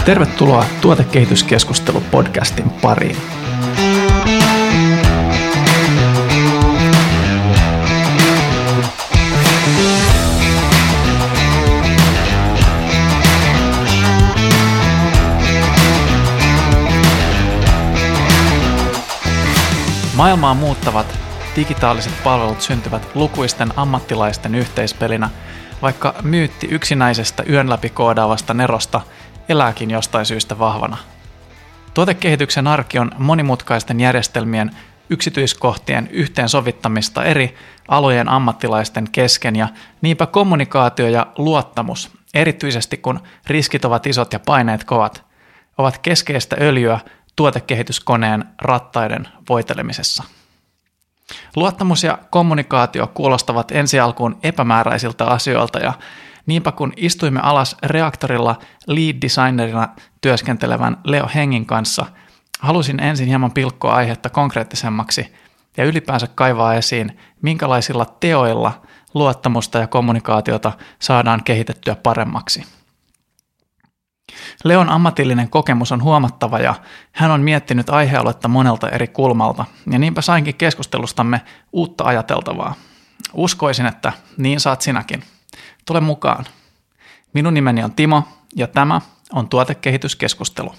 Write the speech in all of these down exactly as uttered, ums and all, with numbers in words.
Tervetuloa Tuotekehityskeskustelu-podcastin pariin. Maailmaa muuttavat digitaaliset palvelut syntyvät lukuisten ammattilaisten yhteispelinä, vaikka myytti yksinäisestä yön läpi koodaavasta nerosta elääkin jostain syystä vahvana. Tuotekehityksen arki on monimutkaisten järjestelmien yksityiskohtien yhteensovittamista eri alojen ammattilaisten kesken ja niinpä kommunikaatio ja luottamus, erityisesti kun riskit ovat isot ja paineet kovat, ovat keskeistä öljyä tuotekehityskoneen rattaiden voitelemisessa. Luottamus ja kommunikaatio kuulostavat ensi alkuun epämääräisiltä asioilta ja niinpä kun istuimme alas reaktorilla lead designerina työskentelevän Leo Hengin kanssa, halusin ensin hieman pilkkoa aihetta konkreettisemmaksi ja ylipäänsä kaivaa esiin, minkälaisilla teoilla luottamusta ja kommunikaatiota saadaan kehitettyä paremmaksi. Leon ammatillinen kokemus on huomattava ja hän on miettinyt aihealuetta monelta eri kulmalta ja niinpä sainkin keskustelustamme uutta ajateltavaa. Uskoisin, että niin saat sinäkin. Tule mukaan. Minun nimeni on Timo ja tämä on Tuotekehityskeskustelu.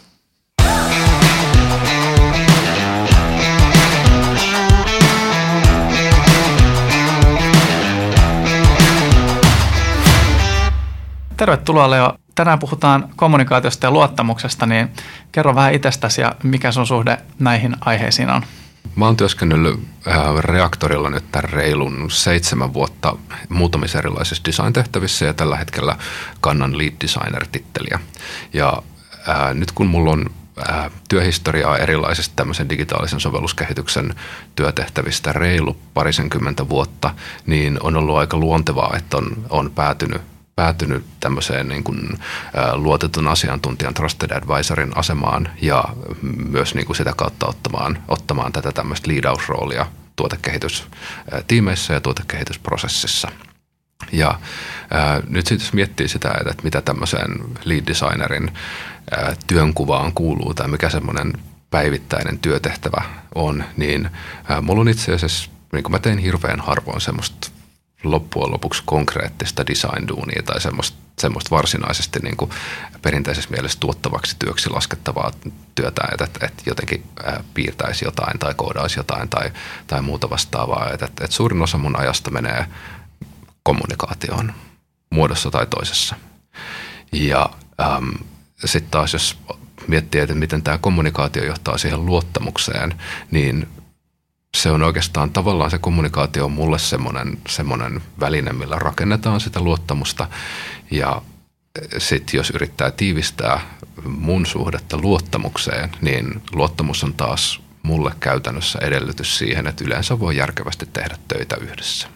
Tervetuloa Leo. Tänään puhutaan kommunikaatiosta ja luottamuksesta, niin kerro vähän itsestäsi ja mikä sun suhde näihin aiheisiin on? Mä oon työskennellyt äh, reaktorilla nyt tämän reilun seitsemän vuotta muutamissa erilaisissa design-tehtävissä ja tällä hetkellä kannan lead designer-titteliä. Ja äh, nyt kun mulla on äh, työhistoriaa erilaisista tämmöisen digitaalisen sovelluskehityksen työtehtävistä reilu parisenkymmentä vuotta, niin on ollut aika luontevaa, että on, on päätynyt päätynyt tämmöiseen niin kuin, ä, luotetun asiantuntijan trusted advisorin asemaan ja myös niin kuin sitä kautta ottamaan, ottamaan tätä tämmöistä lead-out-roolia tuotekehitystiimeissä ja tuotekehitysprosessissa. Ja ä, nyt sitten jos miettii sitä, että mitä tämmöiseen lead designerin ä, työnkuvaan kuuluu tai mikä semmoinen päivittäinen työtehtävä on, niin ä, mulla on itse asiassa, niin kuin mä tein hirveän harvoin semmoista loppujen lopuksi konkreettista design-duunia tai semmoista, semmoista varsinaisesti niin kuin perinteisessä mielessä tuottavaksi työksi laskettavaa työtä, että, että, että jotenkin piirtäisi jotain tai koodaisi jotain tai, tai muuta vastaavaa. Että, että, että suurin osa mun ajasta menee kommunikaatioon muodossa tai toisessa. Ja ähm, sitten taas jos miettii, että miten tämä kommunikaatio johtaa siihen luottamukseen, niin se on oikeastaan tavallaan se kommunikaatio on mulle semmoinen, semmoinen väline, millä rakennetaan sitä luottamusta ja sitten jos yrittää tiivistää mun suhdetta luottamukseen, niin luottamus on taas mulle käytännössä edellytys siihen, että yleensä voi järkevästi tehdä töitä yhdessä.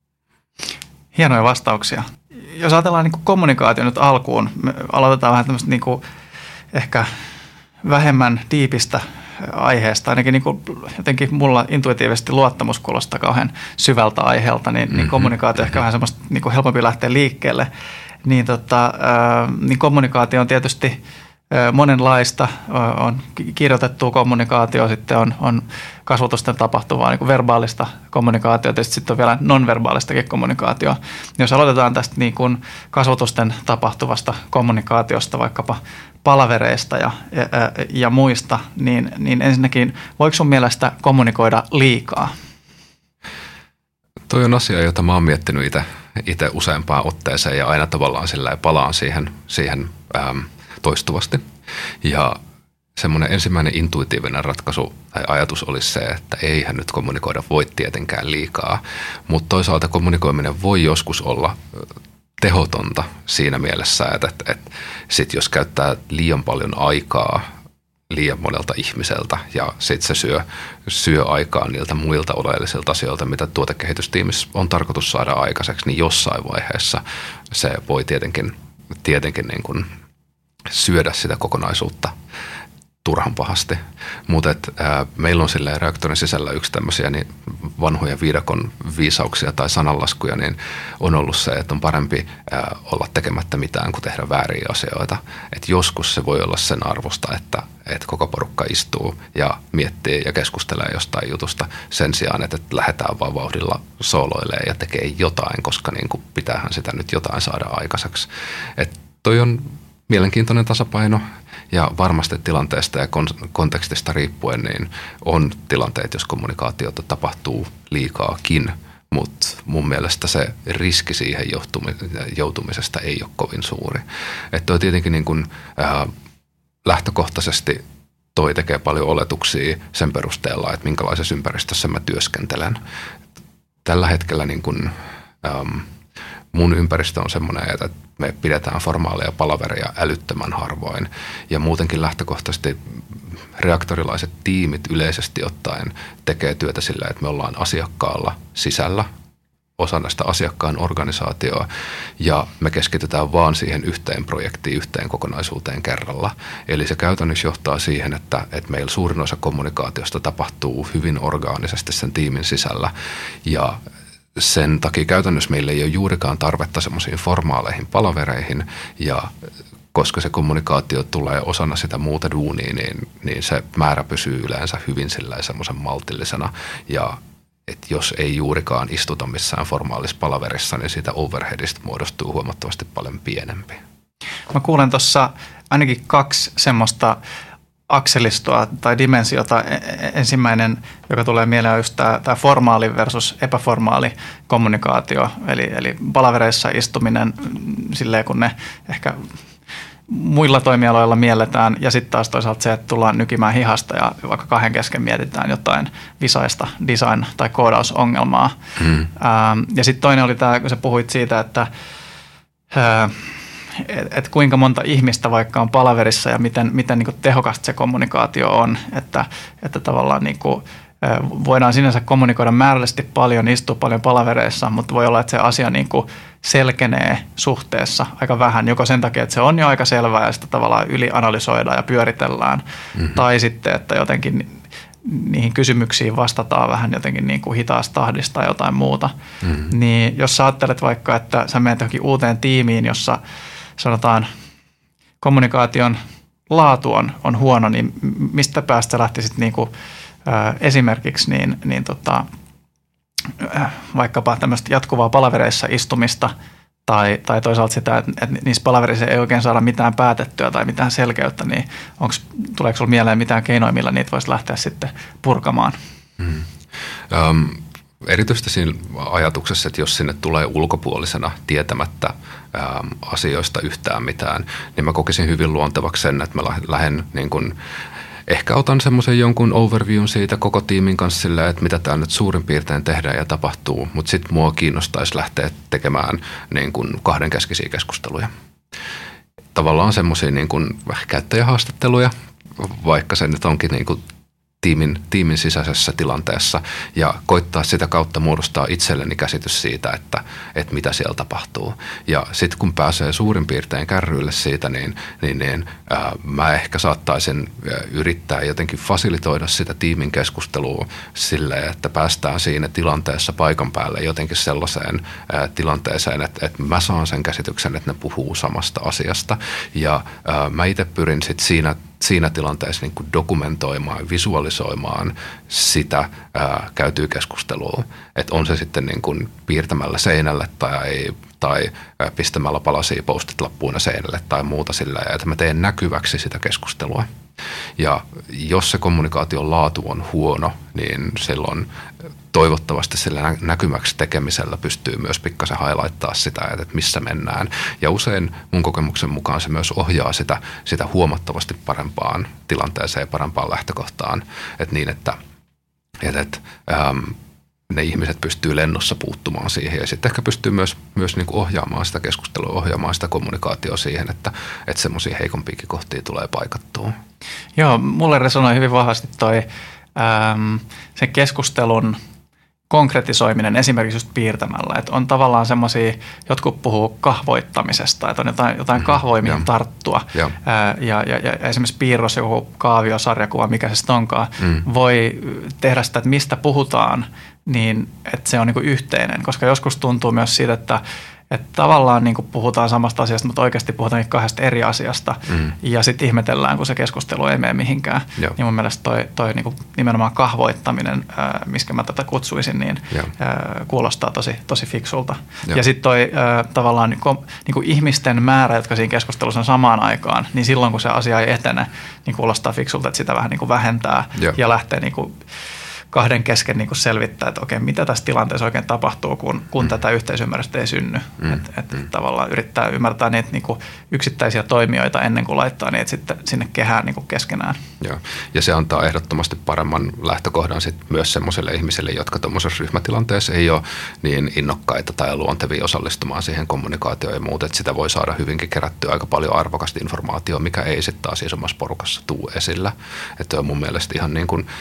Hienoja vastauksia. Jos ajatellaan niin kuin kommunikaatio nyt alkuun, me aloitetaan vähän tämmöistä niin kuin ehkä vähemmän diipistä aiheesta, ainakin niin kuin jotenkin mulla intuitiivisesti luottamus kuulostaa kauhean syvältä aiheelta, niin, mm-hmm. niin kommunikaatio ehkä vähän semmoista niin kuin helpompi lähteä liikkeelle. Niin, tota, äh, niin kommunikaatio on tietysti äh, monenlaista, äh, on kirjoitettua kommunikaatio, sitten on, on kasvotusten tapahtuvaa niin kuin verbaalista kommunikaatiota ja sitten on vielä non-verbaalistakin kommunikaatioa. Jos aloitetaan tästä niin kuin kasvotusten tapahtuvasta kommunikaatiosta, vaikkapa palavereista ja, ja, ja muista, niin, niin ensinnäkin voiko sun mielestä kommunikoida liikaa? Toi on asia, jota mä oon miettinyt itse, itse useampaan otteeseen ja aina tavallaan sillä palaan siihen, siihen ähm, toistuvasti. Ja semmoinen ensimmäinen intuitiivinen ratkaisu tai ajatus olisi se, että eihän nyt kommunikoida voi tietenkään liikaa, mutta toisaalta kommunikoiminen voi joskus olla tehotonta siinä mielessä, että, että, että sit jos käyttää liian paljon aikaa liian monelta ihmiseltä ja sitten se syö, syö aikaa niiltä muilta oleellisilta asioilta, mitä tuotekehitystiimissä on tarkoitus saada aikaiseksi, niin jossain vaiheessa se voi tietenkin, tietenkin niin kuin syödä sitä kokonaisuutta. turhan pahasti. Mutta meillä on silleen reaktorin sisällä yksi tämmöisiä niin vanhoja viidakon viisauksia tai sananlaskuja, niin on ollut se, että on parempi ää, olla tekemättä mitään kuin tehdä vääriä asioita. Et joskus se voi olla sen arvosta, että, että koko porukka istuu ja miettii ja keskustelee jostain jutusta sen sijaan, että lähdetään vaan vauhdilla sooloilemaan ja tekee jotain, koska niin kuin pitäähän sitä nyt jotain saada aikaiseksi. Et toi on mielenkiintoinen tasapaino. Ja varmasti tilanteesta ja kontekstista riippuen niin on tilanteet, jos kommunikaatiota tapahtuu liikaakin, mutta mun mielestä se riski siihen joutumisesta ei ole kovin suuri. Että toi tietenkin niin kun, äh, lähtökohtaisesti toi tekee paljon oletuksia sen perusteella, että minkälaisessa ympäristössä mä työskentelen. Tällä hetkellä niin kun, ähm, mun ympäristö on semmoinen, että me pidetään formaaleja palavereja älyttömän harvoin ja muutenkin lähtökohtaisesti reaktorilaiset tiimit yleisesti ottaen tekee työtä sillä, että me ollaan asiakkaalla sisällä osana sitä asiakkaan organisaatioa ja me keskitytään vaan siihen yhteen projektiin, yhteen kokonaisuuteen kerralla. Eli se käytännössä johtaa siihen, että, että meillä suurin osa kommunikaatiosta tapahtuu hyvin orgaanisesti sen tiimin sisällä ja sen takia käytännössä meillä ei ole juurikaan tarvetta semmoisiin formaaleihin palavereihin ja koska se kommunikaatio tulee osana sitä muuta duunia, niin, niin se määrä pysyy yleensä hyvin semmoisen maltillisena ja että jos ei juurikaan istuta missään formaalissa palaverissa, niin siitä overheadista muodostuu huomattavasti paljon pienempi. Mä kuulen tuossa ainakin kaksi semmoista akselistoa tai dimensiota. Ensimmäinen, joka tulee mieleen, on just tämä, tämä formaali versus epäformaali kommunikaatio. Eli, eli palavereissa istuminen silleen, kun ne ehkä muilla toimialoilla mielletään. Ja sitten taas toisaalta se, että tullaan nykimään hihasta ja vaikka kahden kesken mietitään jotain visaista design- tai koodausongelmaa. Hmm. Ja sitten toinen oli tämä, kun sä puhuit siitä, että että et kuinka monta ihmistä vaikka on palaverissa ja miten, miten niin kuin tehokasta se kommunikaatio on, että, että tavallaan niin kuin, voidaan sinänsä kommunikoida määrällisesti paljon, istua paljon palavereissa, mutta voi olla, että se asia niin kuin selkenee suhteessa aika vähän, joko sen takia, että se on jo aika selvää ja sitä tavallaan ylianalysoidaan ja pyöritellään, mm-hmm. tai sitten, että jotenkin niihin kysymyksiin vastataan vähän jotenkin niin kuin hitaasta tahdista tai jotain muuta. Mm-hmm. Niin jos sä ajattelet vaikka, että sä menet johonkin uuteen tiimiin, jossa sanotaan kommunikaation laatu on, on huono, niin mistä päästä lähtisit niin kuin, äh, esimerkiksi niin, niin tota, äh, vaikkapa tämmöistä jatkuvaa palavereissa istumista tai, tai toisaalta sitä, että, että niissä palavereissa ei oikein saada mitään päätettyä tai mitään selkeyttä, niin onks, tuleeko sinulla mieleen mitään keinoja, millä niitä voisi lähteä sitten purkamaan? Hmm. Um. Erityisesti siinä ajatuksessa, että jos sinne tulee ulkopuolisena tietämättä ää, asioista yhtään mitään, niin mä kokisin hyvin luontevaksi sen, että mä lähden niin kun, ehkä otan semmoisen jonkun overviewn siitä koko tiimin kanssa sillä, että mitä täällä nyt suurin piirtein tehdään ja tapahtuu, mutta sitten mua kiinnostaisi lähteä tekemään niin kun kahdenkeskisiä keskusteluja. Tavallaan semmoisia niin kun käyttäjähaastatteluja, vaikka se nyt onkin niin kun Tiimin, tiimin sisäisessä tilanteessa ja koittaa sitä kautta muodostaa itselleni käsitys siitä, että, että mitä siellä tapahtuu. Ja sitten kun pääsee suurin piirtein kärryille siitä, niin, niin, niin ää, mä ehkä saattaisin yrittää jotenkin fasilitoida sitä tiimin keskustelua silleen, että päästään siinä tilanteessa paikan päälle jotenkin sellaiseen ää, tilanteeseen, että, että mä saan sen käsityksen, että ne puhuu samasta asiasta. Ja ää, mä itse pyrin sitten siinä siinä tilanteessa niin kuin dokumentoimaan, visualisoimaan sitä ää, käytyä keskustelua. Että on se sitten niin kuin piirtämällä seinälle tai, tai ää, pistämällä palasia postit lappuina seinälle tai muuta sillä, että mä teen näkyväksi sitä keskustelua. Ja jos se kommunikaation laatu on huono, niin silloin toivottavasti sillä näkymäksi tekemisellä pystyy myös pikkasen highlighttaa sitä, että missä mennään. Ja usein mun kokemuksen mukaan se myös ohjaa sitä, sitä huomattavasti parempaan tilanteeseen ja parempaan lähtökohtaan. Että niin, että, että, että ähm, ne ihmiset pystyy lennossa puuttumaan siihen ja sitten ehkä pystyy myös, myös niin kuin ohjaamaan sitä keskustelua, ohjaamaan sitä kommunikaatiota siihen, että, että semmoisia heikompiakin kohtia tulee paikattua. Joo, mulle resonoi hyvin vahvasti toi ähm, sen keskustelun konkretisoiminen esimerkiksi just piirtämällä. Että on tavallaan semmoisia, jotkut puhuu kahvoittamisesta, että on jotain, jotain kahvoja, mihin tarttua. Ja. Ää, ja, ja, ja esimerkiksi piirros, joku kaavio, sarjakuva, mikä se sitten onkaan, mm. voi tehdä sitä, että mistä puhutaan, niin että se on niinku yhteinen. Koska joskus tuntuu myös siitä, että että tavallaan niin kuin puhutaan samasta asiasta, mutta oikeasti puhutaan kahdesta eri asiasta. Mm. Ja sitten ihmetellään, kun se keskustelu ei mene mihinkään. Joo. Niin mun mielestä toi, toi niin kuin nimenomaan kahvoittaminen, ää, miskä mä tätä kutsuisin, niin ää, kuulostaa tosi, tosi fiksulta. Joo. Ja sitten toi ää, tavallaan niin kuin, niin kuin ihmisten määrä, jotka siinä keskustelussa on samaan aikaan, niin silloin kun se asia ei etene, niin kuulostaa fiksulta, että sitä vähän niin kuin vähentää. Joo. Ja lähtee niin kuin kahden kesken niin kuin selvittää, että okei, mitä tässä tilanteessa oikein tapahtuu, kun, kun mm. tätä yhteisymmärrystä ei synny. Mm. Että et mm. tavallaan yrittää ymmärtää niitä niin kuin yksittäisiä toimijoita ennen kuin laittaa niitä sitten sinne kehään niin kuin keskenään. Joo. Ja se antaa ehdottomasti paremman lähtökohdan sit myös semmoisille ihmisille, jotka tuommoisessa ryhmätilanteessa ei ole niin innokkaita tai luontevia osallistumaan siihen kommunikaatioon ja muuta, että sitä voi saada hyvinkin kerättyä aika paljon arvokasta informaatiota, mikä ei sitten taas isommassa porukassa tule esillä. Että on mun mielestä ihan niin kuin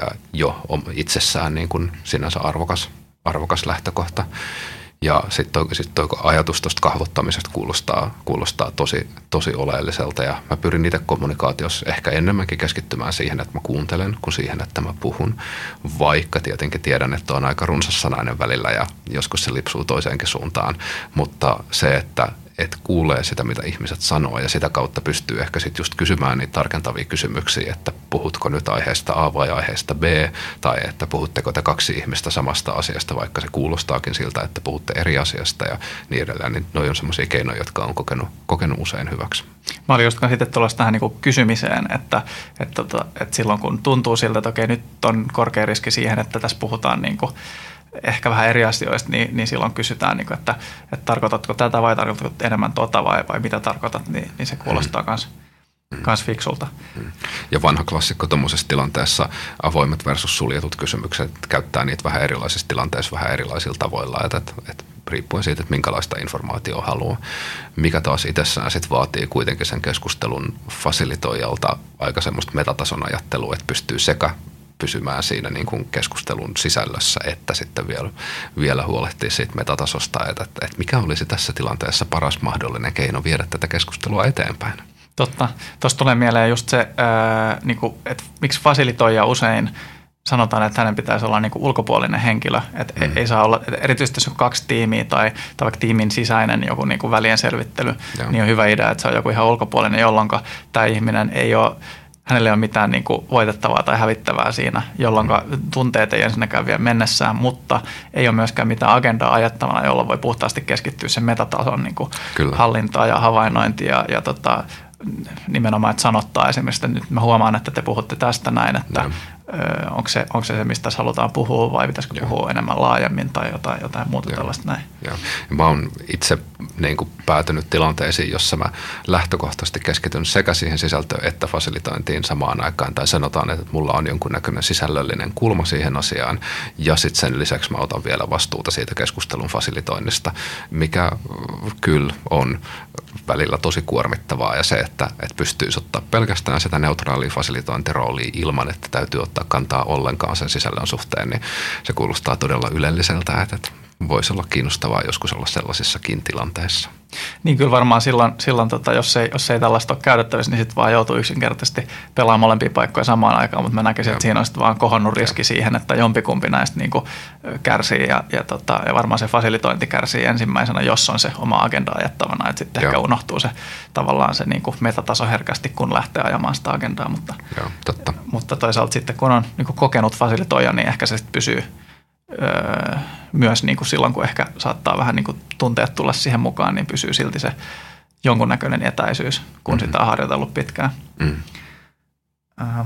jo itsessään niin kuin sinänsä arvokas, arvokas lähtökohta. Ja sitten sit toi ajatus tuosta kahvottamisesta kuulostaa, kuulostaa tosi, tosi oleelliselta ja mä pyrin itse kommunikaatiossa ehkä enemmänkin keskittymään siihen, että mä kuuntelen kuin siihen, että mä puhun. Vaikka tietenkin tiedän, että on aika runsassanainen välillä ja joskus se lipsuu toiseenkin suuntaan, mutta se, että että kuulee sitä, mitä ihmiset sanoo ja sitä kautta pystyy ehkä sitten just kysymään niitä tarkentavia kysymyksiä, että puhutko nyt aiheesta A vai aiheesta B, tai että puhutteko te kaksi ihmistä samasta asiasta, vaikka se kuulostaakin siltä, että puhutte eri asiasta ja niin edelleen, niin noi on semmoisia keinoja, jotka on kokenut, kokenut usein hyväksi. Mä olin just sitten tulossa tähän niin kysymiseen, että, että, että, että silloin kun tuntuu siltä, että okei, nyt on korkea riski siihen, että tässä puhutaan niin kuin ehkä vähän eri asioista, niin, niin silloin kysytään, niin kuin, että, että tarkoitatko tätä vai tarkoitatko enemmän tota vai, vai mitä tarkoitat, niin, niin se kuulostaa myös mm. kans fiksulta. Mm. Ja vanha klassikko tuommoisessa tilanteessa, avoimet versus suljetut kysymykset, käyttää niitä vähän erilaisissa tilanteissa vähän erilaisilla tavoilla, että, että, että riippuen siitä, että minkälaista informaatiota haluaa. Mikä taas itsessään sit vaatii kuitenkin sen keskustelun fasilitoijalta aika semmoista metatason ajattelua, että pystyy sekä pysymään siinä niin kuin keskustelun sisällössä, että sitten vielä, vielä huolehtii siitä metatasosta, että, että, että mikä olisi tässä tilanteessa paras mahdollinen keino viedä tätä keskustelua eteenpäin. Totta. Tuosta tulee mieleen just se, ää, niin kuin, että miksi fasilitoija usein sanotaan, että hänen pitäisi olla niin kuin ulkopuolinen henkilö. Että mm. ei saa olla, erityisesti jos on kaksi tiimiä tai, tai vaikka tiimin sisäinen joku niin kuin välien selvittely, Joo. niin on hyvä idea, että se on joku ihan ulkopuolinen, jolloin tämä ihminen ei ole hänelle ei ole mitään niin kuin voitettavaa tai hävittävää siinä, jolloin tunteet ei ensinnäkään vie mennessään, mutta ei ole myöskään mitään agendaa ajattavana, jolloin voi puhtaasti keskittyä sen metatason niin kuin hallintaan ja havainnointiin ja, ja tota, nimenomaan, että sanottaa esimerkiksi, että nyt mä huomaan, että te puhutte tästä näin, että no. ö, onko, se, onko se se, mistä halutaan puhua vai pitäisikö Joo. puhua enemmän laajemmin tai jotain, jotain muuta Joo. tällaista näin. Joo. Mä oon itse niin kuin päätynyt tilanteisiin, jossa mä lähtökohtaisesti keskityn sekä siihen sisältöön että fasilitointiin samaan aikaan. Tai sanotaan, että mulla on jonkunnäköinen sisällöllinen kulma siihen asiaan ja sitten sen lisäksi mä otan vielä vastuuta siitä keskustelun fasilitoinnista, mikä kyllä on välillä tosi kuormittavaa ja se, että, että pystyisi ottaa pelkästään sitä neutraalia fasilitointiroolia ilman, että täytyy ottaa kantaa ollenkaan sen sisällön suhteen, niin se kuulostaa todella ylelliseltä, että voisi olla kiinnostavaa joskus olla sellaisissakin tilanteissa. Niin kyllä varmaan silloin, silloin tota, jos, ei, jos ei tällaista ole käytettävissä, niin sitten vaan joutuu yksinkertaisesti pelaamaan molempia paikkoja samaan aikaan, mutta mä näkisin, että siinä on sitten vaan kohonnut riski ja. siihen, että jompikumpi näistä niin kuin kärsii ja, ja, tota, ja varmaan se fasilitointi kärsii ensimmäisenä, jos on se oma agenda ajattavana, että sitten ehkä unohtuu se tavallaan se niin kuin metataso herkästi, kun lähtee ajamaan sitä agendaa, mutta, Joo, totta. mutta toisaalta sitten kun on niin kuin kokenut fasilitoija, niin ehkä se sitten pysyy Öö, myös niin kuin silloin, kun ehkä saattaa vähän niin kuin tunteet tulla siihen mukaan, niin pysyy silti se jonkunnäköinen etäisyys, kun mm-hmm. sitä on harjoitellut pitkään. Mm. Ähm.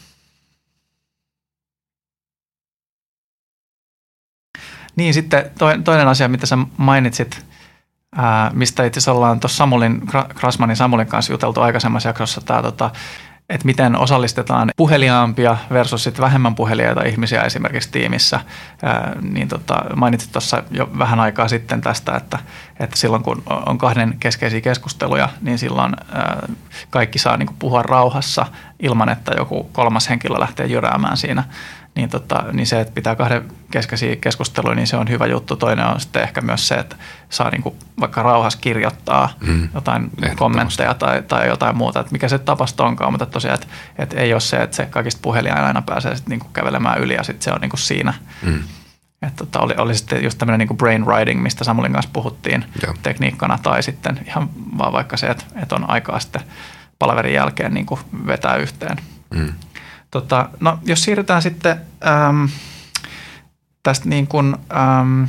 Niin sitten toinen asia, mitä sä mainitsit, ää, mistä itse asiassa ollaan tuossa Samulin, Grassmanin Samulin kanssa juteltu aikaisemmassa jaksossa, tämä tota, että miten osallistetaan puheliaampia versus sit vähemmän puheliaita ihmisiä esimerkiksi tiimissä. Ää, niin tota, mainitsit tuossa jo vähän aikaa sitten tästä, että, että silloin kun on kahden keskeisiä keskusteluja, niin silloin ää, kaikki saa niinku puhua rauhassa ilman, että joku kolmas henkilö lähtee jyräämään siinä. niin, tota, niin se, että pitää kahden keskeisiä keskusteluja, niin se on hyvä juttu. Toinen on sitten ehkä myös se, että saa niin kuin vaikka rauhassa kirjoittaa mm. jotain kommentteja tai, tai jotain muuta, että mikä se tapasta onkaan, mutta tosiaan, että, että ei ole se, että se kaikista puhelin aina pääsee sitten niin kuin kävelemään yli ja sitten se on niin kuin siinä. Mm. Että tota, oli, oli sitten just tämmöinen niin kuin brain riding, mistä Samulin kanssa puhuttiin Joo. tekniikkana, tai sitten ihan vaan vaikka se, että, että on aikaa sitten palaverin jälkeen niin kuin vetää yhteen. Mm. Tota, no, jos siirrytään sitten äm, tästä niin kuin, äm,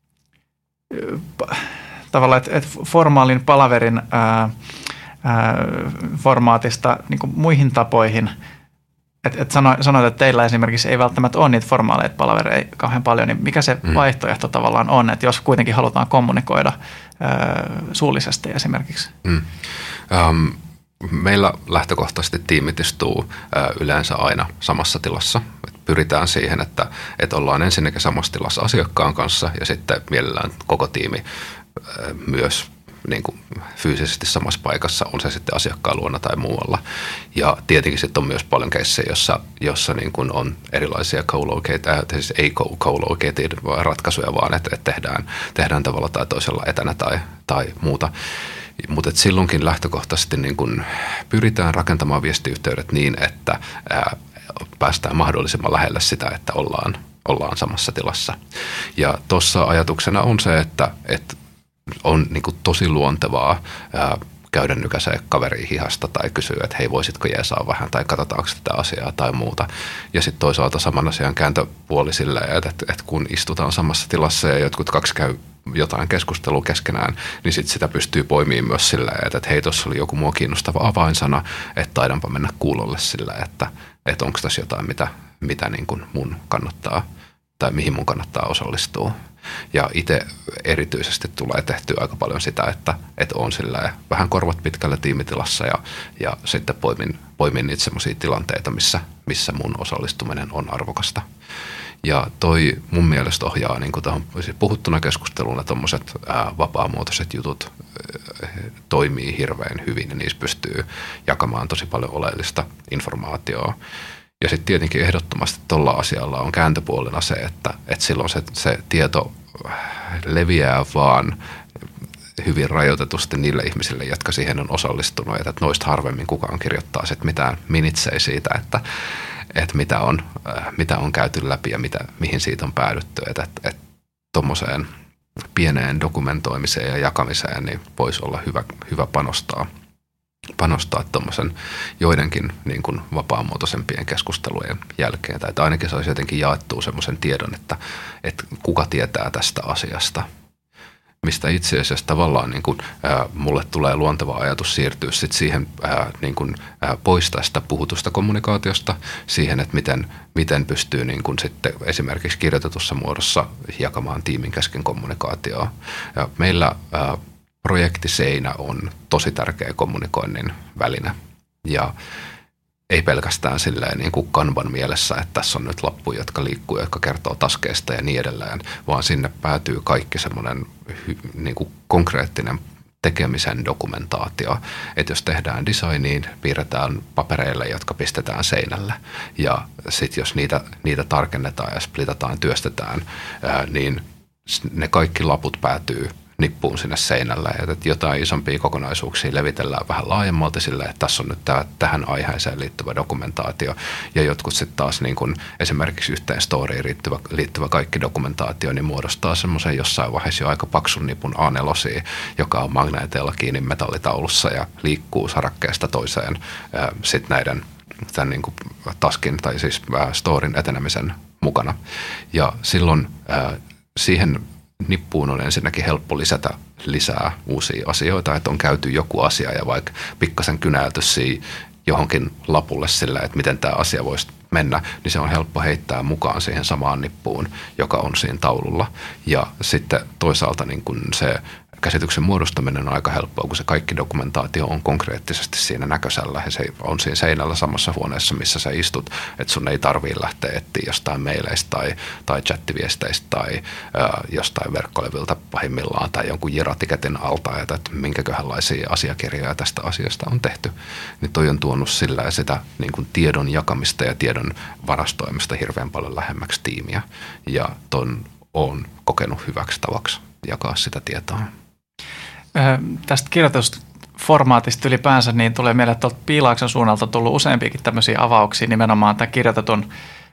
tavallaan, että, että formaalin palaverin ää, ää, formaatista niin kuin muihin tapoihin, että et sanoit, että teillä esimerkiksi ei välttämättä ole niitä formaaleita palavereja kauhean paljon, niin mikä se mm. vaihtoehto tavallaan on, että jos kuitenkin halutaan kommunikoida ää, suullisesti esimerkiksi? Mm. Um. Meillä lähtökohtaisesti tiimit istuu yleensä aina samassa tilassa. Pyritään siihen, että, että ollaan ensinnäkin samassa tilassa asiakkaan kanssa ja sitten mielellään koko tiimi myös niin kuin fyysisesti samassa paikassa, on se sitten asiakkaan luona tai muualla. Ja tietenkin sitten on myös paljon keissejä, jossa, jossa niin kuin on erilaisia co-located, äh, siis ei co-located ratkaisuja, vaan että, että tehdään, tehdään tavalla tai toisella etänä tai, tai muuta. Mutta silloinkin lähtökohtaisesti niin kun pyritään rakentamaan viestiyhteydet niin, että ää, päästään mahdollisimman lähelle sitä, että ollaan, ollaan samassa tilassa. Ja tuossa ajatuksena on se, että, että on niin kun tosi luontevaa ää, käydä nykäisee kaveri hihasta tai kysyä, että hei, voisitko jeesaa vähän tai katsotaanko tätä asiaa tai muuta. Ja sitten toisaalta saman asian kääntöpuoli silleen, että, että, että kun istutaan samassa tilassa ja jotkut kaksi käy jotain keskustelua keskenään, niin sitten sitä pystyy poimimaan myös silleen, että, että hei, tuossa oli joku mua kiinnostava avainsana, että taidanpa mennä kuulolle silleen, että, että onko tässä jotain, mitä, mitä niin kuin mun kannattaa tai mihin mun kannattaa osallistua. Ja itse erityisesti tulee tehtyä aika paljon sitä, että, että on silleen vähän korvat pitkällä tiimitilassa ja, ja sitten poimin, poimin niitä semmoisia tilanteita, missä, missä mun osallistuminen on arvokasta. Ja toi mun mielestä ohjaa niin kuin tähän puhuttuna keskusteluun, tuommoiset vapaamuotoiset jutut ää, toimii hirveän hyvin ja niissä pystyy jakamaan tosi paljon oleellista informaatiota. Ja sitten tietenkin ehdottomasti tuolla asialla on kääntöpuolena se, että, että silloin se, se tieto leviää vaan hyvin rajoitetusti niille ihmisille, jotka siihen on osallistunut. Että noista harvemmin kukaan kirjoittaa sit mitään minitsejä siitä, että, että mitä, on, mitä on käyty läpi ja mitä, mihin siitä on päädytty. Että et, tuommoiseen pieneen dokumentoimiseen ja jakamiseen niin voisi olla hyvä, hyvä panostaa. panostaa tuommoisen joidenkin niin kuin vapaamuotoisempien keskustelujen jälkeen. Tai että ainakin se olisi jotenkin jaettua semmoisen tiedon, että, että kuka tietää tästä asiasta. Mistä itse asiassa tavallaan niin kuin, ää, mulle tulee luonteva ajatus siirtyä sit siihen ää, niin kuin, ää, pois tästä puhutusta kommunikaatiosta siihen, että miten, miten pystyy niin kuin sitten esimerkiksi kirjoitetussa muodossa jakamaan tiimin kesken kommunikaatioa. Ja meillä ää, projektiseinä on tosi tärkeä kommunikoinnin väline ja ei pelkästään silleen niin kuin Kanban mielessä, että tässä on nyt lappuja, jotka liikkuu, jotka kertoo taskeista ja niin edelleen, vaan sinne päätyy kaikki semmoinen niin kuin konkreettinen tekemisen dokumentaatio. Että jos tehdään designiin, piirretään papereille, jotka pistetään seinälle ja sitten jos niitä, niitä tarkennetaan ja splitataan, työstetään, ää, niin ne kaikki laput päätyy nippuun sinne seinälle, että jotain isompia kokonaisuuksia levitellään vähän laajemmalti silleen, että tässä on nyt tämä, tähän aiheeseen liittyvä dokumentaatio ja jotkut sitten taas niin kuin esimerkiksi yhteen storyin liittyvä, liittyvä kaikki dokumentaatio, niin muodostaa semmoisen jossain vaiheessa jo aika paksun nipun A neljä, joka on magneeteilla kiinni metallitaulussa ja liikkuu sarakkeesta toiseen sitten näiden tämän niin kuin taskin tai siis storin etenemisen mukana. Ja silloin ää, siihen nippuun on ensinnäkin helppo lisätä lisää uusia asioita, että on käyty joku asia ja vaikka pikkasen kynäilty siihen johonkin lapulle sillä, että miten tämä asia voisi mennä, niin se on helppo heittää mukaan siihen samaan nippuun, joka on siinä taululla. Ja sitten toisaalta niin kun se käsityksen muodostaminen on aika helppoa, kun se kaikki dokumentaatio on konkreettisesti siinä näköisellä ja se on siinä seinällä samassa huoneessa, missä sä istut, että sun ei tarvitse lähteä etsiä jostain maileista tai, tai chattiviesteistä tai ää, jostain verkkoleviltä pahimmillaan tai jonkun Jira-tiketin alta, että minkäköhänlaisia asiakirjoja tästä asiasta on tehty. Niin toi on tuonut sillä sitä niin kuin tiedon jakamista ja tiedon varastoimista hirveän paljon lähemmäksi tiimiä ja ton on kokenut hyväksi tavaksi jakaa sitä tietoa. Öö, tästä kirjoitusformaatista ylipäänsä niin tulee mieleen, että tuolta Piilaakson suunnalta on tullut useampiakin tämmöisiä avauksia nimenomaan tämän kirjoitetun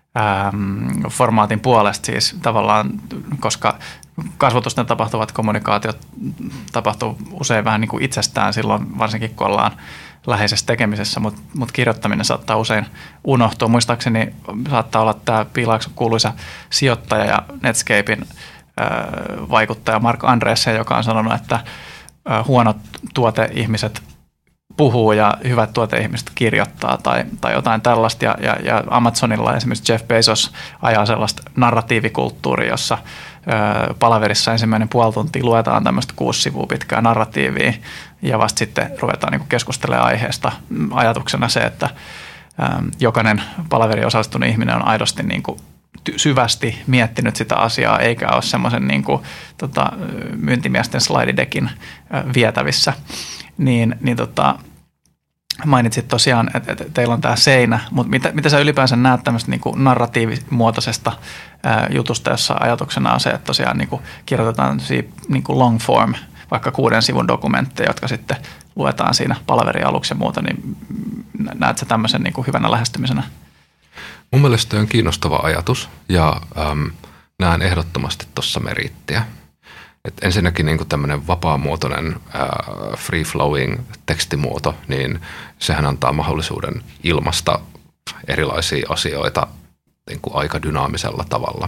ähm, formaatin puolesta siis tavallaan, koska kasvotusten tapahtuvat kommunikaatiot tapahtuu usein vähän niin kuin itsestään silloin, varsinkin kun ollaan läheisessä tekemisessä, mutta mut kirjoittaminen saattaa usein unohtua. Muistaakseni saattaa olla tämä Piilaakson kuuluisa sijoittaja ja Netscapein vaikuttaja Mark Andreessen, joka on sanonut, että huonot tuoteihmiset puhuu ja hyvät tuoteihmiset kirjoittaa tai, tai jotain tällaista. Ja, ja, ja Amazonilla esimerkiksi Jeff Bezos ajaa sellaista narratiivikulttuuria, jossa ö, palaverissa ensimmäinen puoli tuntia luetaan tämmöistä kuusi sivua pitkää narratiivia ja vasta sitten ruvetaan niin keskustelemaan aiheesta ajatuksena se, että ö, jokainen palaveri osallistunut ihminen on aidosti niin kuin syvästi miettinyt sitä asiaa, eikä ole semmoisen niin kuin, tota, myyntimiesten slaididekin vietävissä. Niin, niin tota, mainitsit tosiaan, että, että teillä on tämä seinä, mutta mitä, mitä sä ylipäänsä näet tämmöistä niin kuin narratiivimuotoisesta ää, jutusta, jossa ajatuksena on se, että tosiaan niin kuin kirjoitetaan niin kuin long form, vaikka kuuden sivun dokumentteja, jotka sitten luetaan siinä palaverin aluksi ja muuta, niin näet sä tämmöisen niin kuin hyvänä lähestymisenä? Mun mielestä on kiinnostava ajatus ja äm, näen ehdottomasti tuossa meriittiä. Et ensinnäkin niin tämmöinen vapaamuotoinen äh, free-flowing tekstimuoto, niin sehän antaa mahdollisuuden ilmaista erilaisia asioita niin kuin aika dynaamisella tavalla.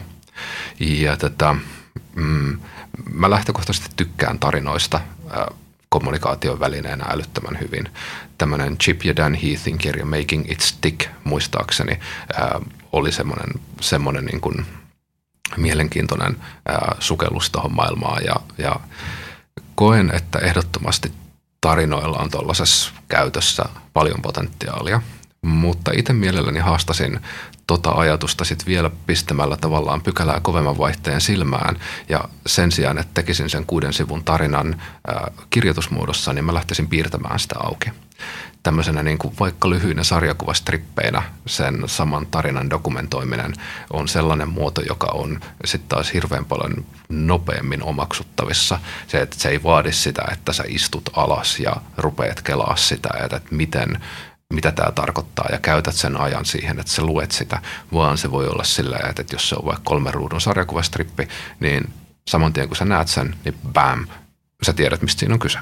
Ja tätä, mm, mä lähtökohtaisesti tykkään tarinoista äh, kommunikaation välineenä älyttömän hyvin. Tämmöinen Chip ja Dan Heathin kirja Making It Stick, muistaakseni, ää, oli semmoinen, semmoinen niin kuin mielenkiintoinen ää, sukellus tuohon maailmaan. Ja, ja koen, että ehdottomasti tarinoilla on tuollaisessa käytössä paljon potentiaalia. Mutta itse mielelläni haastasin tota ajatusta sit vielä pistämällä tavallaan pykälää kovemman vaihteen silmään ja sen sijaan, että tekisin sen kuuden sivun tarinan ää, kirjoitusmuodossa, niin mä lähtisin piirtämään sitä auki. Tämmöisenä niin kuin vaikka lyhyinä sarjakuvastrippeinä sen saman tarinan dokumentoiminen on sellainen muoto, joka on sitten taas hirveän paljon nopeammin omaksuttavissa. Se, että se ei vaadi sitä, että sä istut alas ja rupeat kelaa sitä, että miten mitä tämä tarkoittaa ja käytät sen ajan siihen, että sä luet sitä, vaan se voi olla sillä, että jos se on vaikka kolmen ruudun sarjakuvastrippi, niin saman tien kun sä näet sen, niin bam, sä tiedät, mistä siinä on kyse.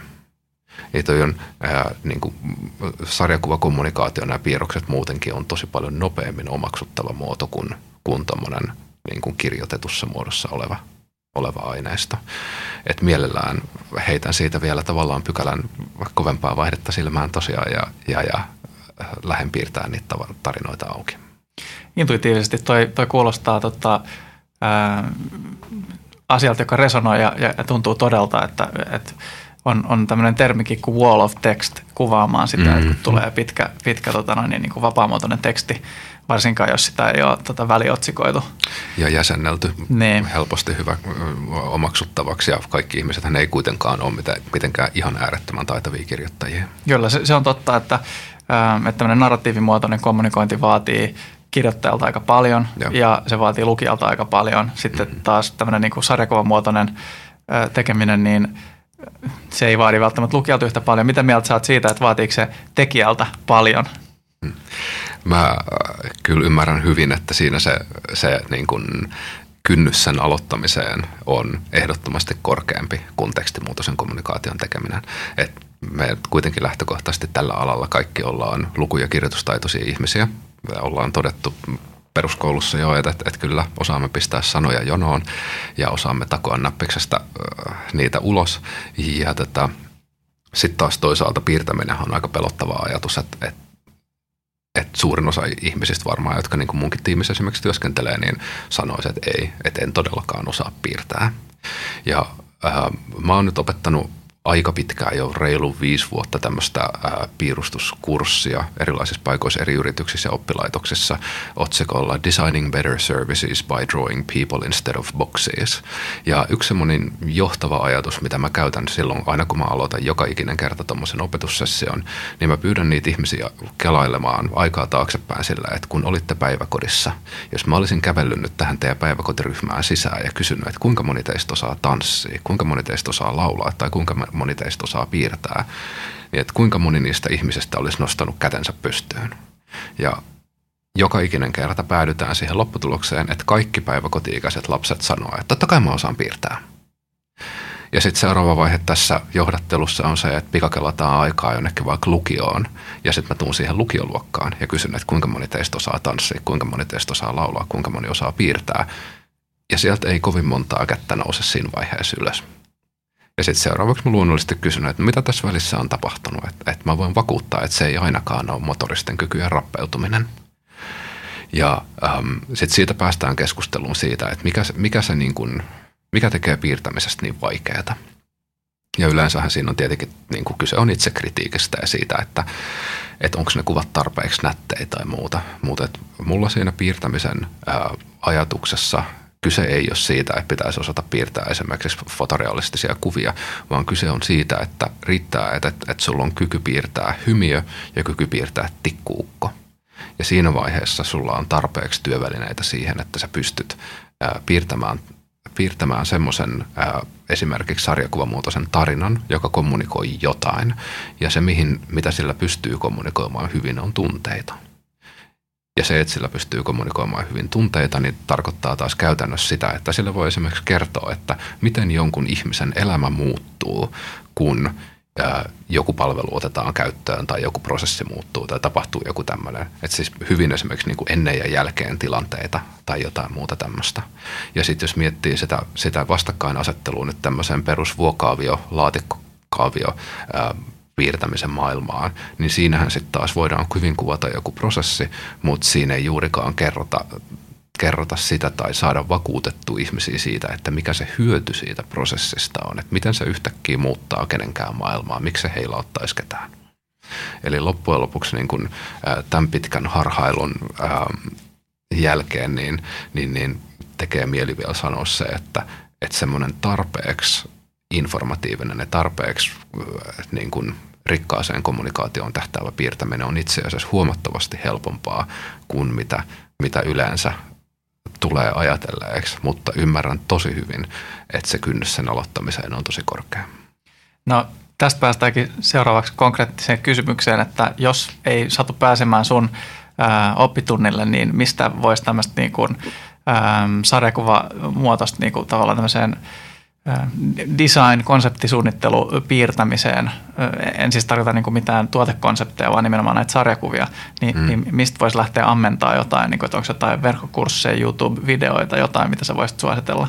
Ja toi on ää, niin kuin sarjakuvakommunikaatio, nämä piirrokset muutenkin on tosi paljon nopeammin omaksuttava muoto kuin, kuin tommonen niin kuin kirjoitetussa muodossa oleva, oleva aineisto. Et mielellään heitän siitä vielä tavallaan pykälän kovempaa vaihdetta silmään tosiaan ja, ja, ja lähden piirtää niitä tarinoita auki. Intuitiivisesti toi, toi kuulostaa tota, ää, asialta, joka resonoi ja, ja tuntuu todelta, että, että on, on tämmöinen termikin kuin wall of text kuvaamaan sitä, mm-hmm. että tulee pitkä, pitkä tota noin, niin kuin vapaamuotoinen teksti, varsinkaan jos sitä ei ole tota väliotsikoitu. Ja jäsennelty niin helposti hyvä omaksuttavaksi ja kaikki ihmisethän ei kuitenkaan ole mitenkään ihan äärettömän taitavia kirjoittajia. Kyllä, se, se on totta, että että tämmöinen narratiivimuotoinen kommunikointi vaatii kirjoittajalta aika paljon Joo. ja se vaatii lukijalta aika paljon. Sitten mm-hmm. taas tämmöinen niin kuin sarjakuvamuotoinen tekeminen, niin se ei vaadi välttämättä lukijalta yhtä paljon. Mitä mieltä sä oot siitä, että vaatiiko se tekijältä paljon? Mä kyllä ymmärrän hyvin, että siinä se, se niin kuin kynnys sen aloittamiseen on ehdottomasti korkeampi kuin tekstimuotoisen kommunikaation tekeminen. Et me kuitenkin lähtökohtaisesti tällä alalla kaikki ollaan luku- ja kirjoitustaitoisia ihmisiä. Me ollaan todettu peruskoulussa jo, että, että kyllä osaamme pistää sanoja jonoon ja osaamme takoa näppiksestä äh, niitä ulos. Ja tota, sitten taas toisaalta piirtäminen on aika pelottava ajatus, että, että, että suurin osa ihmisistä varmaan, jotka niin kuin munkin tiimissä esimerkiksi työskentelee, niin sanoisi, että ei, että en todellakaan osaa piirtää. Ja äh, mä oon nyt opettanut aika pitkään jo reilu viisi vuotta tämmöistä ää, piirustuskurssia erilaisissa paikoissa, eri yrityksissä ja oppilaitoksissa otsikolla Designing Better Services by Drawing People Instead of Boxes. Ja yksi semmoinen johtava ajatus, mitä mä käytän silloin, aina kun mä aloitan joka ikinen kerta tommosen opetussession, niin mä pyydän niitä ihmisiä kelailemaan aikaa taaksepäin sillä, että kun olitte päiväkodissa, jos mä olisin kävellyt nyt tähän teidän päiväkotiryhmään sisään ja kysynyt, että kuinka moni teistä osaa tanssia, kuinka moni teistä osaa laulaa tai kuinka moni teistä osaa piirtää, niin että kuinka moni niistä ihmisistä olisi nostanut kätensä pystyyn. Ja joka ikinen kerta päädytään siihen lopputulokseen, että kaikki päiväkoti-ikäiset lapset sanoo, että totta kai mä osaan piirtää. Ja sitten seuraava vaihe tässä johdattelussa on se, että pikakelataan aikaa jonnekin vaikka lukioon, ja sitten mä tuun siihen lukioluokkaan ja kysyn, että kuinka moni teistä osaa tanssia, kuinka moni teistä osaa laulaa, kuinka moni osaa piirtää. Ja sieltä ei kovin montaa kättä nouse siinä vaiheessa ylös. Ja sitten seuraavaksi mä luonnollisesti kysyn, että mitä tässä välissä on tapahtunut. Että, että mä voin vakuuttaa, että se ei ainakaan ole motoristen kykyjen rappeutuminen. Ja ähm, sitten siitä päästään keskusteluun siitä, että mikä, se, mikä, se niin kuin, mikä tekee piirtämisestä niin vaikeaa. Ja yleensähän siinä on tietenkin, niin kuin kyse on itsekritiikistä ja siitä, että, että onko ne kuvat tarpeeksi nättejä tai muuta. Mutta mulla siinä piirtämisen ää, ajatuksessa kyse ei ole siitä, että pitäisi osata piirtää esimerkiksi fotorealistisia kuvia, vaan kyse on siitä, että riittää, että, että sulla on kyky piirtää hymiö ja kyky piirtää tikkuukko. Ja siinä vaiheessa sulla on tarpeeksi työvälineitä siihen, että sä pystyt ää, piirtämään, piirtämään semmoisen ää, esimerkiksi sarjakuvamuotoisen tarinan, joka kommunikoi jotain. Ja se, mihin, mitä sillä pystyy kommunikoimaan hyvin, on tunteita. Ja se, että sillä pystyy kommunikoimaan hyvin tunteita, niin tarkoittaa taas käytännössä sitä, että sillä voi esimerkiksi kertoa, että miten jonkun ihmisen elämä muuttuu, kun ää, joku palvelu otetaan käyttöön tai joku prosessi muuttuu tai tapahtuu joku tämmöinen. Että siis hyvin esimerkiksi niin kuin ennen ja jälkeen tilanteita tai jotain muuta tämmöistä. Ja sitten jos miettii sitä, sitä vastakkainasettelua nyt tämmöiseen perusvuokaavio, laatikkokaavio, ää, piirtämisen maailmaan, niin siinähän sitten taas voidaan hyvin kuvata joku prosessi, mutta siinä ei juurikaan kerrota, kerrota sitä tai saada vakuutettua ihmisiä siitä, että mikä se hyöty siitä prosessista on, että miten se yhtäkkiä muuttaa kenenkään maailmaa, miksi se heilauttaisi ketään. Eli loppujen lopuksi niin kun, ää, tämän pitkän harhailun ää, jälkeen niin, niin, niin tekee mieli vielä sanoa se, että, että semmoinen tarpeeksi informatiivinen ja tarpeeksi niin kuin rikkaaseen kommunikaatioon tähtäävä piirtäminen on itse asiassa huomattavasti helpompaa kuin mitä, mitä yleensä tulee ajatelleeksi, mutta ymmärrän tosi hyvin, että se kynnys sen aloittamiseen on tosi korkea. No tästä päästäänkin seuraavaksi konkreettiseen kysymykseen, että jos ei satu pääsemään sun ää, oppitunnille, niin mistä voisi tämmöistä niin kuin, ää, sarjakuvamuotoista niin kuin tavallaan tämmöiseen design, konseptisuunnittelu, piirtämiseen, en siis tarkoita niin kuin mitään tuotekonsepteja, vaan nimenomaan näitä sarjakuvia, niin, mm. niin mistä voisi lähteä ammentaa jotain, niin kuin, että onko jotain verkkokursseja, YouTube-videoita, jotain, mitä sä voisit suositella?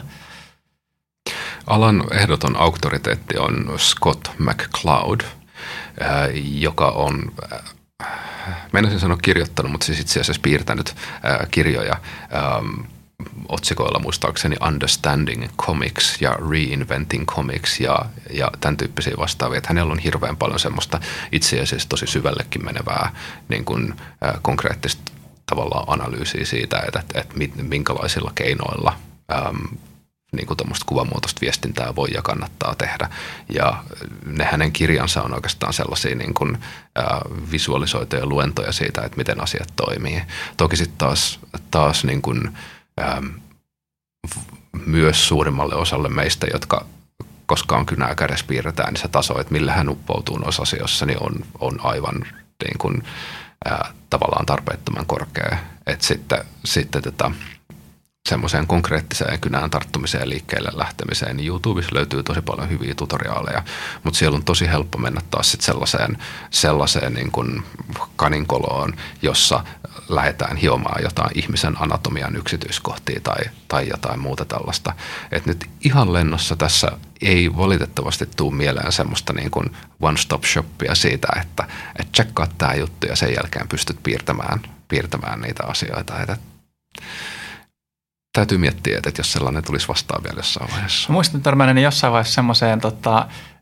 Alan ehdoton auktoriteetti on Scott McCloud, joka on, meinasin sanoa kirjoittanut, mutta siis itse asiassa piirtänyt kirjoja otsikoilla muistaakseni Understanding Comics ja Reinventing Comics ja, ja tämän tyyppisiä vastaavia. Että hänellä on hirveän paljon semmoista itse asiassa tosi syvällekin menevää niin kuin, äh, konkreettista tavallaan analyysiä siitä, että, että, että minkälaisilla keinoilla ähm, niin kuin tuommoista kuvamuotoista viestintää voi ja kannattaa tehdä. Ja ne hänen kirjansa on oikeastaan sellaisia niin kuin, äh, visualisoituja luentoja siitä, että miten asiat toimii. Toki sitten taas, taas niin kuin, Ähm, myös suurimmalle osalle meistä, jotka koskaan kynää kädessä piirretään, niin se taso, että millä hän uppoutuu noissa asioissa, niin on, on aivan niin kuin, ää, tavallaan tarpeettoman korkea. Että sitten, sitten tota, semmoiseen konkreettiseen kynään tarttumiseen ja liikkeelle lähtemiseen, niin YouTubessa löytyy tosi paljon hyviä tutoriaaleja, mutta siellä on tosi helppo mennä taas sitten sellaiseen, sellaiseen niin kuin kaninkoloon, jossa lähdetään hiomaan jotain ihmisen anatomian yksityiskohtia tai, tai jotain muuta tällaista. Et nyt ihan lennossa tässä ei valitettavasti tule mieleen semmoista niin kuin one-stop-shoppia siitä, että et tsekkaa tämä juttu ja sen jälkeen pystyt piirtämään, piirtämään niitä asioita. Et täytyy miettiä, että jos sellainen tulisi vastaan vielä jossain vaiheessa. Mä muistan törmänneeni jossain vaiheessa semmoiseen tota,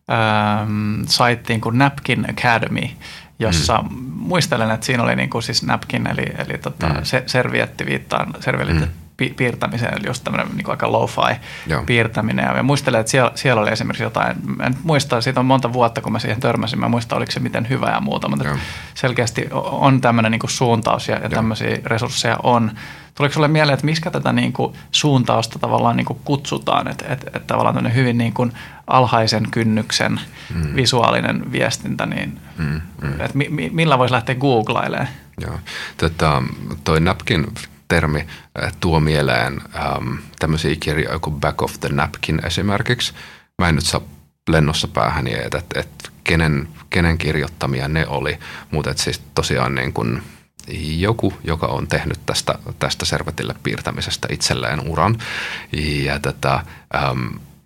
ähm, saittiin kuin Napkin Academy, jossa mm. muistelen, että siinä oli niinku siis napkin, eli, eli tota, mm. se, servietti viittaan, servietti mm. piirtämiseen, eli just tämmöinen niin aika lo-fi Joo. piirtäminen. Ja muistelen, että siellä, siellä oli esimerkiksi jotain, en muista, siitä on monta vuotta, kun mä siihen törmäsin, mä muistan, oliko se miten hyvä ja muuta, mutta selkeästi on tämmöinen niin kuin suuntaus ja, ja tämmöisiä resursseja on. Tuliko sulle mieleen, että miskä tätä niin kuin suuntausta tavallaan niin kuin kutsutaan, että, että, että tavallaan tämmöinen hyvin niin kuin alhaisen kynnyksen mm. visuaalinen viestintä, niin mm. Mm. Että mi, millä voisi lähteä googlailemaan? Joo, tota, toi napkin termi tuo mieleen ähm, tämmöisiä kirjoja kuin Back of the Napkin esimerkiksi. Mä en nyt saa lennossa päähäni, että, että, että kenen, kenen kirjoittamia ne oli, mutta että siis tosiaan niin kuin joku, joka on tehnyt tästä, tästä servetille piirtämisestä itselleen uran. Ja tätä, ähm,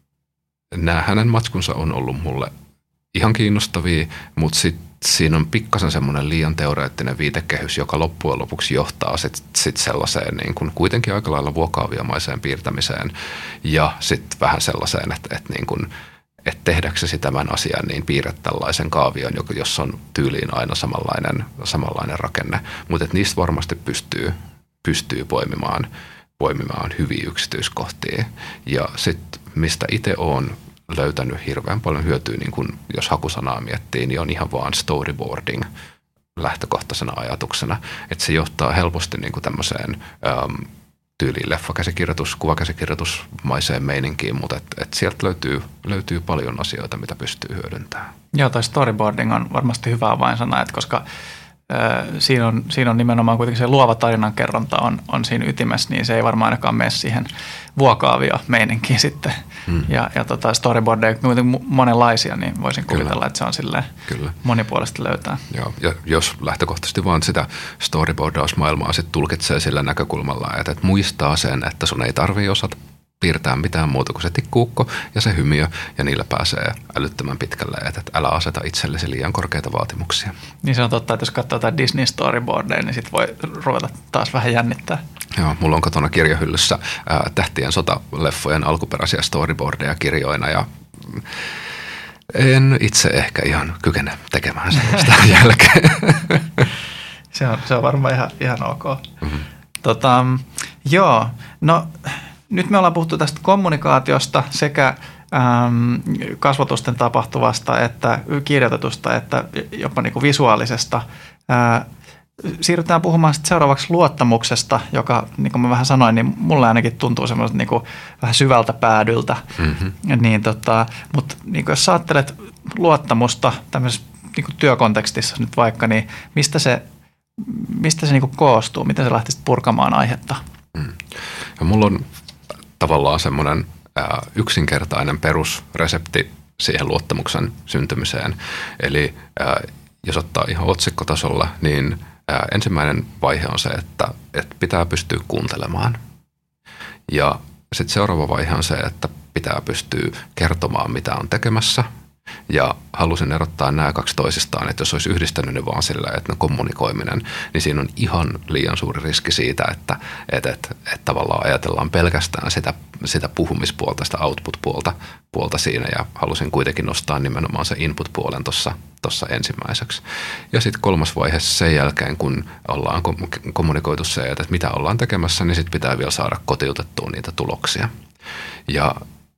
nämä hänen matskunsa on ollut mulle ihan kiinnostavia, mutta sitten siinä on pikkasen semmoinen liian teoreettinen viitekehys, joka loppujen lopuksi johtaa sitten sit sellaiseen niin kuin kuitenkin aika lailla vuokaaviamaiseen piirtämiseen ja sitten vähän sellaiseen, että, että, niin kuin, että tehdäksesi tämän asian, niin piirrät tällaisen kaavion, jossa on tyyliin aina samanlainen, samanlainen rakenne, mutta että niistä varmasti pystyy, pystyy poimimaan, poimimaan hyviä yksityiskohtia ja sitten mistä itse olen löytänyt hirveän paljon hyötyä, niin kun jos hakusanaa miettii, niin on ihan vaan storyboarding lähtökohtaisena ajatuksena. Että se johtaa helposti niin kuin tämmöiseen äm, tyyliin leffakäsikirjoitus, kuvakäsikirjoitusmaiseen meininkiin, mutta et, et sieltä löytyy, löytyy paljon asioita, mitä pystyy hyödyntämään. Joo, toi storyboarding on varmasti hyvä avainsana, että koska äh, siinä, on, siinä on nimenomaan kuitenkin se luova tarinankerronta on, on siinä ytimessä, niin se ei varmaan ainakaan mene siihen vuokaavia meininkiin sitten. Hmm. Ja, ja tota storyboardeja kuitenkin monenlaisia, niin voisin Kyllä. kuvitella, että se on silleen Kyllä. monipuolisesti löytää. Joo, ja jos lähtökohtaisesti vaan sitä storyboardausmaailmaa sitten tulkitsee sillä näkökulmalla, että, että muistaa sen, että sun ei tarvitse osata piirtää mitään muuta kuin se tikkuukko ja se hymiö, ja niillä pääsee älyttömän pitkälle, että älä aseta itsellesi liian korkeita vaatimuksia. Niin se on totta, että jos katsoo jotain Disney storyboardeja, niin sit voi ruveta taas vähän jännittää. Joo, mulla on kotona kirjahyllyssä ää, Tähtien sota-leffojen alkuperäisiä storyboardeja kirjoina, ja en itse ehkä ihan kykene tekemään sellaista jälkeen. Se on, se on varmaan ihan, ihan ok. Mm-hmm. Tota, joo, no nyt me ollaan puhuttu tästä kommunikaatiosta sekä äm, kasvotusten tapahtuvasta että kirjoitetusta että jopa niin kuin visuaalisesta. Ää, siirrytään puhumaan sitten seuraavaksi luottamuksesta, joka niin kuin mä vähän sanoin, niin mulle ainakin tuntuu semmoiselta niin kuin vähän syvältä päädyltä. Mm-hmm. Niin tota, mutta niin kuin jos sä ajattelet luottamusta tämmöisessä niin kuin työkontekstissa nyt vaikka, niin mistä se, mistä se niin kuin koostuu? Miten sä lähtisit purkamaan aihetta? Mm. Ja mulla on tavallaan semmoinen ää, yksinkertainen perusresepti siihen luottamuksen syntymiseen. Eli ää, jos ottaa ihan otsikkotasolla, niin ää, ensimmäinen vaihe on se, että, että pitää pystyä kuuntelemaan. Ja sitten seuraava vaihe on se, että pitää pystyä kertomaan, mitä on tekemässä. Ja halusin erottaa nämä kaksi toisistaan, että jos olisi yhdistänyt ne vaan sillä, että no kommunikoiminen, niin siinä on ihan liian suuri riski siitä, että, että, että, että tavallaan ajatellaan pelkästään sitä, sitä puhumispuolta, sitä output-puolta puolta siinä, ja halusin kuitenkin nostaa nimenomaan se input-puolen tuossa ensimmäiseksi. Ja sitten kolmas vaihe sen jälkeen, kun ollaan kommunikoitu se, että mitä ollaan tekemässä, niin sitten pitää vielä saada kotiutettua niitä tuloksia. Ja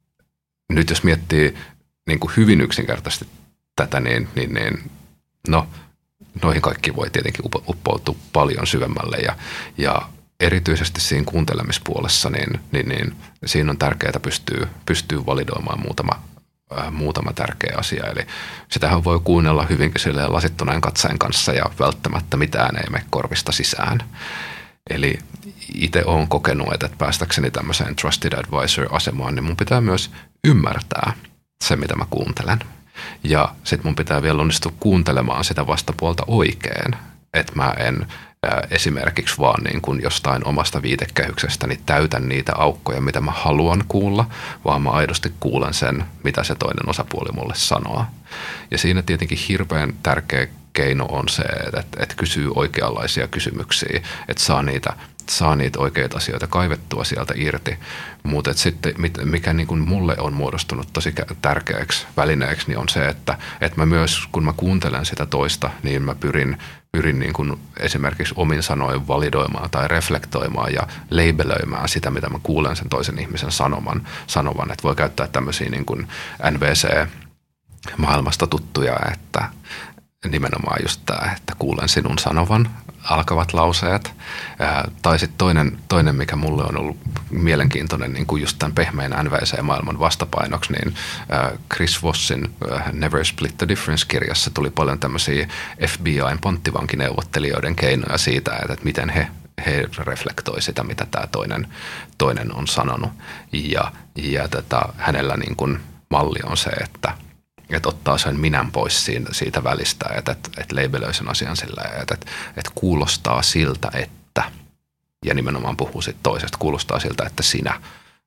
nyt jos miettii niin kuin hyvin yksinkertaisesti tätä, niin, niin, niin no, noihin kaikkiin voi tietenkin uppoutua paljon syvemmälle ja, ja erityisesti siinä kuuntelemispuolessa, niin, niin, niin siinä on tärkeää pystyä, pystyä validoimaan muutama, äh, muutama tärkeä asia. Eli sitähän voi kuunnella hyvinkin silleen lasittuneen katseen kanssa ja välttämättä mitään ei mene korvista sisään. Eli itse olen kokenut, että päästäkseni tämmöiseen trusted advisor-asemaan, niin mun pitää myös ymmärtää se, mitä mä kuuntelen. Ja sit mun pitää vielä onnistua kuuntelemaan sitä vastapuolta oikein, että mä en ää, esimerkiksi vaan niin kuin jostain omasta viitekehyksestäni täytän niitä aukkoja, mitä mä haluan kuulla, vaan mä aidosti kuulen sen, mitä se toinen osapuoli mulle sanoo. Ja siinä tietenkin hirveän tärkeä keino on se, että, että kysyy oikeanlaisia kysymyksiä, että saa niitä, saa niitä oikeita asioita kaivettua sieltä irti. Mutta sitten mikä niin kuin mulle on muodostunut tosi tärkeäksi välineeksi, niin on se, että, että mä myös kun mä kuuntelen sitä toista, niin mä pyrin, pyrin niin kuin esimerkiksi omin sanoin validoimaan tai reflektoimaan ja labelöimään sitä, mitä mä kuulen sen toisen ihmisen sanoman. sanovan. Että voi käyttää tämmöisiä niin kuin N V C-maailmasta tuttuja, että nimenomaan just tämä, että kuulen sinun sanovan, alkavat lauseet. Ää, tai sitten toinen, toinen, mikä mulle on ollut mielenkiintoinen niin kuin just tämän pehmeän N V C-maailman vastapainoksi, niin ää, Chris Vossin ää, Never Split the Difference-kirjassa tuli paljon tämmöisiä F B I:n panttivankineuvottelijoiden keinoja siitä, että, että miten he, he reflektoi sitä, mitä tämä toinen, toinen on sanonut. Ja, ja tätä, hänellä niin kuin malli on se, että että ottaa sen minän pois siitä, siitä välistä, että, että, että labelöi sen asian sillä, että, että, että kuulostaa siltä, että, ja nimenomaan puhuu siitä toisesta, kuulostaa siltä, että sinä,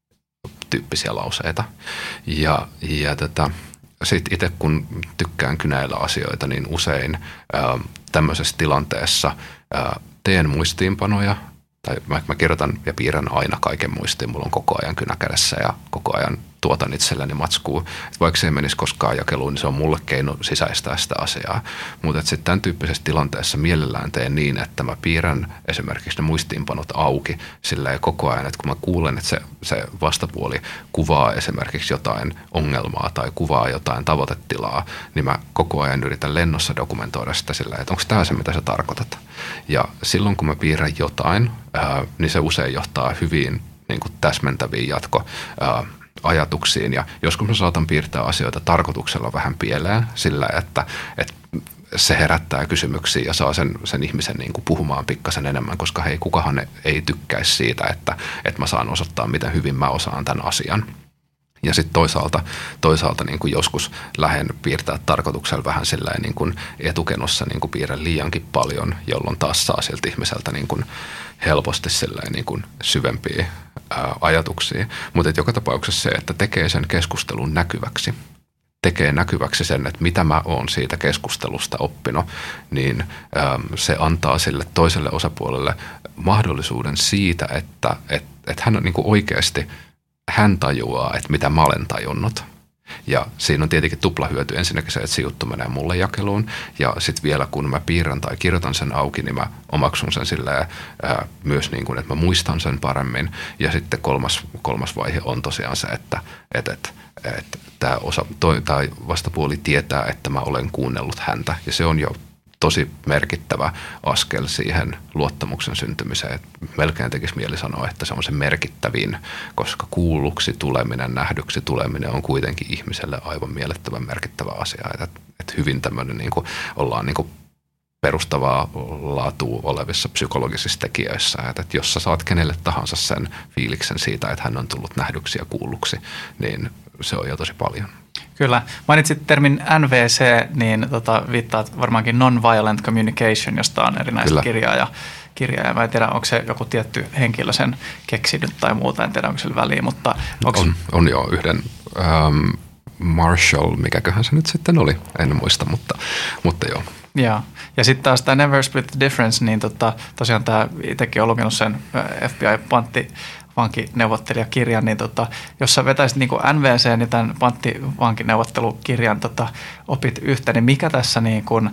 tyyppisiä lauseita. Ja, ja tätä, sitten itse kun tykkään kynäillä asioita, niin usein ää, tämmöisessä tilanteessa ää, teen muistiinpanoja, tai mä, mä kirjoitan ja piirrän aina kaiken muistiin, mulla on koko ajan kynä kädessä ja koko ajan tuotan itselleni matskua. Et vaikka se ei menisi koskaan jakeluun, niin se on mulle keino sisäistää sitä asiaa. Mutta sitten tämän tyyppisessä tilanteessa mielellään teen niin, että mä piirrän esimerkiksi ne muistiinpanot auki silleen koko ajan, että kun mä kuulen, että se, se vastapuoli kuvaa esimerkiksi jotain ongelmaa tai kuvaa jotain tavoitetilaa, niin mä koko ajan yritän lennossa dokumentoida sitä silleen, että onko tämä se, mitä sä tarkoitat. Ja silloin, kun mä piirrän jotain, ää, niin se usein johtaa hyviin niin kuin täsmentäviin jatko ää, ajatuksiin ja joskus mä saatan piirtää asioita tarkoituksella vähän pieleen sillä, että, että se herättää kysymyksiä ja saa sen, sen ihmisen niin kuin puhumaan pikkasen enemmän, koska hei, kukahan ei tykkäisi siitä, että, että mä saan osoittaa, miten hyvin mä osaan tämän asian. Ja sitten toisaalta, toisaalta niin kuin joskus lähden piirtää tarkoituksella vähän sillä niin kuin etukenossa niin kuin piirrän liiankin paljon, jolloin taas saa siltä ihmiseltä niin kuin helposti niin kuin syvempiä ää, ajatuksia. Mutta joka tapauksessa se, että tekee sen keskustelun näkyväksi, tekee näkyväksi sen, että mitä mä oon siitä keskustelusta oppinut, niin ää, se antaa sille toiselle osapuolelle mahdollisuuden siitä, että et, et hän on niin kuin oikeasti hän tajuaa, että mitä mä olen tajunnut. Ja siinä on tietenkin tuplahyöty. Ensinnäkin se, että se juttu menee mulle jakeluun. Ja sitten vielä kun mä piirrän tai kirjoitan sen auki, niin mä omaksun sen silleen ää, myös niin kuin, että mä muistan sen paremmin. Ja sitten kolmas, kolmas vaihe on tosiaan se, että et, et, et, tämä osa, toi, tai vastapuoli tietää, että mä olen kuunnellut häntä. Ja se on jo tosi merkittävä askel siihen luottamuksen syntymiseen. Et melkein tekisi mieli sanoa, että se on se merkittävin, koska kuulluksi tuleminen, nähdyksi tuleminen on kuitenkin ihmiselle aivan mielettömän merkittävä asia. Että et hyvin tämmöinen niin kuin ollaan niin kuin perustavaa laatua olevissa psykologisissa tekijöissä. Että et jos sä saat kenelle tahansa sen fiiliksen siitä, että hän on tullut nähdyksi ja kuulluksi, niin se on jo tosi paljon. Kyllä. Mainitsit termin N V C, niin tota, viittaat varmaankin non-violent communication, josta on erinäistä kirjaa ja kirjaa. Ja mä en tiedä, onko se joku tietty henkilö sen keksinyt tai muuta, en tiedä, onko sillä väliä. Mutta onko... on, on jo yhden ähm, Marshall, mikäköhän se nyt sitten oli, en muista, mutta, mutta joo. Ja, ja sitten taas tämä Never Split the Difference, niin tota, tosiaan tämä itsekin on lukenut sen F B I-pantti, vankineuvottelija-kirjan, niin tota, jos sä vetäisit niin kuin N V C, niin tämän panttivankineuvottelukirjan tota, opit yhtä, niin mikä tässä niin kuin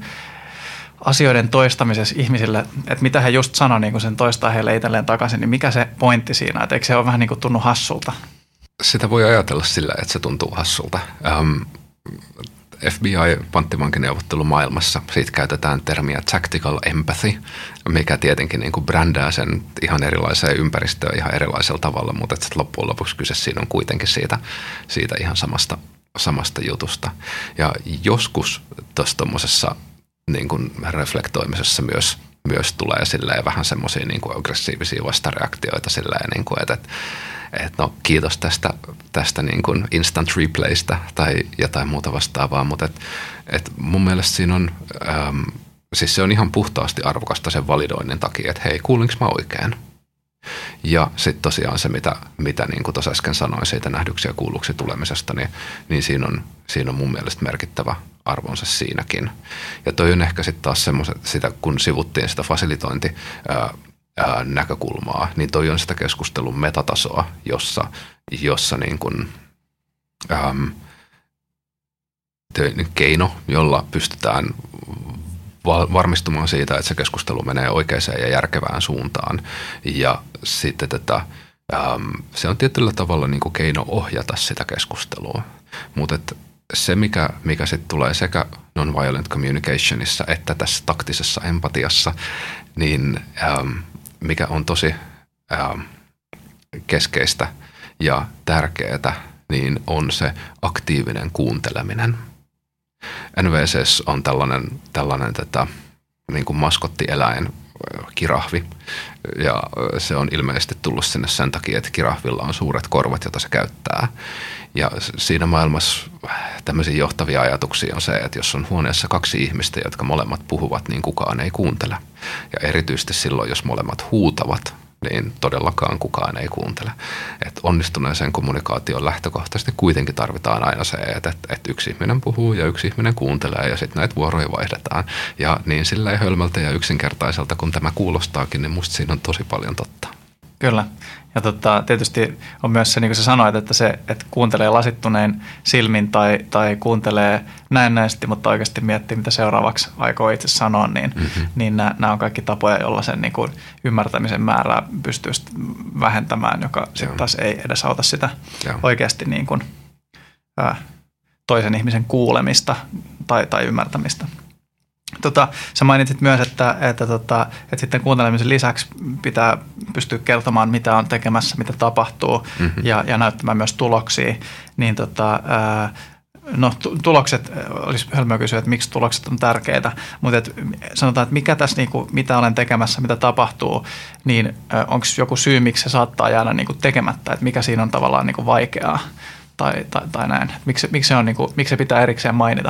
asioiden toistamisessa ihmisille, että mitä he just sanoi, niin kun sen toistaa heille itselleen takaisin, niin mikä se pointti siinä, että eikö se ole vähän niin kuin tunnu hassulta? Sitä voi ajatella sillä, että se tuntuu hassulta. Um, F B I-panttivankineuvottelumaailmassa siitä käytetään termiä tactical empathy, mikä tietenkin niin kuin brändää sen ihan erilaiseen ympäristöön ihan erilaisella tavalla, mutta että loppujen lopuksi kyse siinä on kuitenkin siitä, siitä ihan samasta, samasta jutusta. Ja joskus tuossa tuommoisessa niin kuin reflektoimisessa myös, myös tulee silleen vähän semmoisia niin kuin aggressiivisia vastareaktioita silleen, niin kuin, että, että että no kiitos tästä, tästä niin kuin instant replaystä tai jotain muuta vastaavaa, mutta et, et mun mielestä siinä on, äm, siis se on ihan puhtaasti arvokasta sen validoinnin takia, että hei, kuulinko mä oikein? Ja sitten tosiaan se, mitä, mitä niin kuin tuossa äsken sanoin siitä nähdyksi ja kuulluksi tulemisesta, niin, niin siinä, on, siinä on mun mielestä merkittävä arvonsa siinäkin. Ja toi on ehkä sitten taas semmoiset, sitä, kun sivuttiin sitä fasilitointi ää, ää, näkökulmaa, niin toi on sitä keskustelun metatasoa, jossa, jossa niin kuin, äm, keino, jolla pystytään varmistumaan siitä, että se keskustelu menee oikeaan ja järkevään suuntaan. Ja sitten tätä, äm, se on tietyllä tavalla niin kuin keino ohjata sitä keskustelua. Mutta se, mikä, mikä sitten tulee sekä non-violent communicationissa että tässä taktisessa empatiassa, niin äm, mikä on tosi äm, keskeistä ja tärkeää, niin on se aktiivinen kuunteleminen. N V C S on tällainen, tällainen tätä, niin kuin maskottieläin, kirahvi, ja se on ilmeisesti tullut sinne sen takia, että kirahvilla on suuret korvat, joita se käyttää. Ja siinä maailmassa tämmöisiä johtavia ajatuksia on se, että jos on huoneessa kaksi ihmistä, jotka molemmat puhuvat, niin kukaan ei kuuntele. Ja erityisesti silloin, jos molemmat huutavat, niin todellakaan kukaan ei kuuntele. Et onnistuneeseen kommunikaation lähtökohtaisesti kuitenkin tarvitaan aina se, että, että yksi ihminen puhuu ja yksi ihminen kuuntelee ja sitten näitä vuoroja vaihdetaan. Ja niin sillä ei hölmältä ja yksinkertaiselta, kun tämä kuulostaakin, niin musta siinä on tosi paljon totta. Kyllä. Ja tota, tietysti on myös se, niin kuin sä sanoit, että se, että kuuntelee lasittunein silmin tai, tai kuuntelee näennäisesti, mutta oikeasti miettii, mitä seuraavaksi aikoo itse sanoa, niin, mm-hmm. niin nämä, nämä on kaikki tapoja, joilla sen niin kuin ymmärtämisen määrää pystyy vähentämään, joka sitten taas ei edes auta sitä Joo. oikeasti niin kuin, ää, toisen ihmisen kuulemista tai, tai ymmärtämistä. Tota, sä mainitsit myös, että, että, tota, että sitten kuuntelemisen lisäksi pitää pystyä kertomaan, mitä on tekemässä, mitä tapahtuu mm-hmm. ja, ja näyttämään myös tuloksia. Niin tota, ää, no tulokset, olisi hölmöä kysyä, että miksi tulokset on tärkeitä, mutta et, sanotaan, että mikä tässä, niinku, mitä olen tekemässä, mitä tapahtuu, niin onko joku syy, miksi se saattaa jäädä niinku tekemättä, että mikä siinä on tavallaan niinku vaikeaa tai, tai, tai näin. Miksi, miksi, se on, niinku, miksi se pitää erikseen mainita?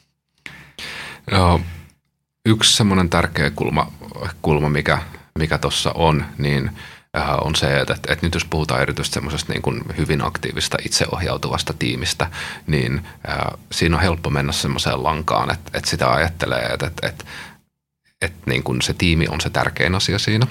Joo. Yksi semmoinen tärkeä kulma, kulma mikä, mikä tuossa on, niin äh, on se, että, että, että nyt jos puhutaan erityisesti semmoisesta niin kuin hyvin aktiivista, itseohjautuvasta tiimistä, niin äh, siinä on helppo mennä semmoiseen lankaan, että, että sitä ajattelee, että, että, että, että niin kuin se tiimi on se tärkein asia siinä.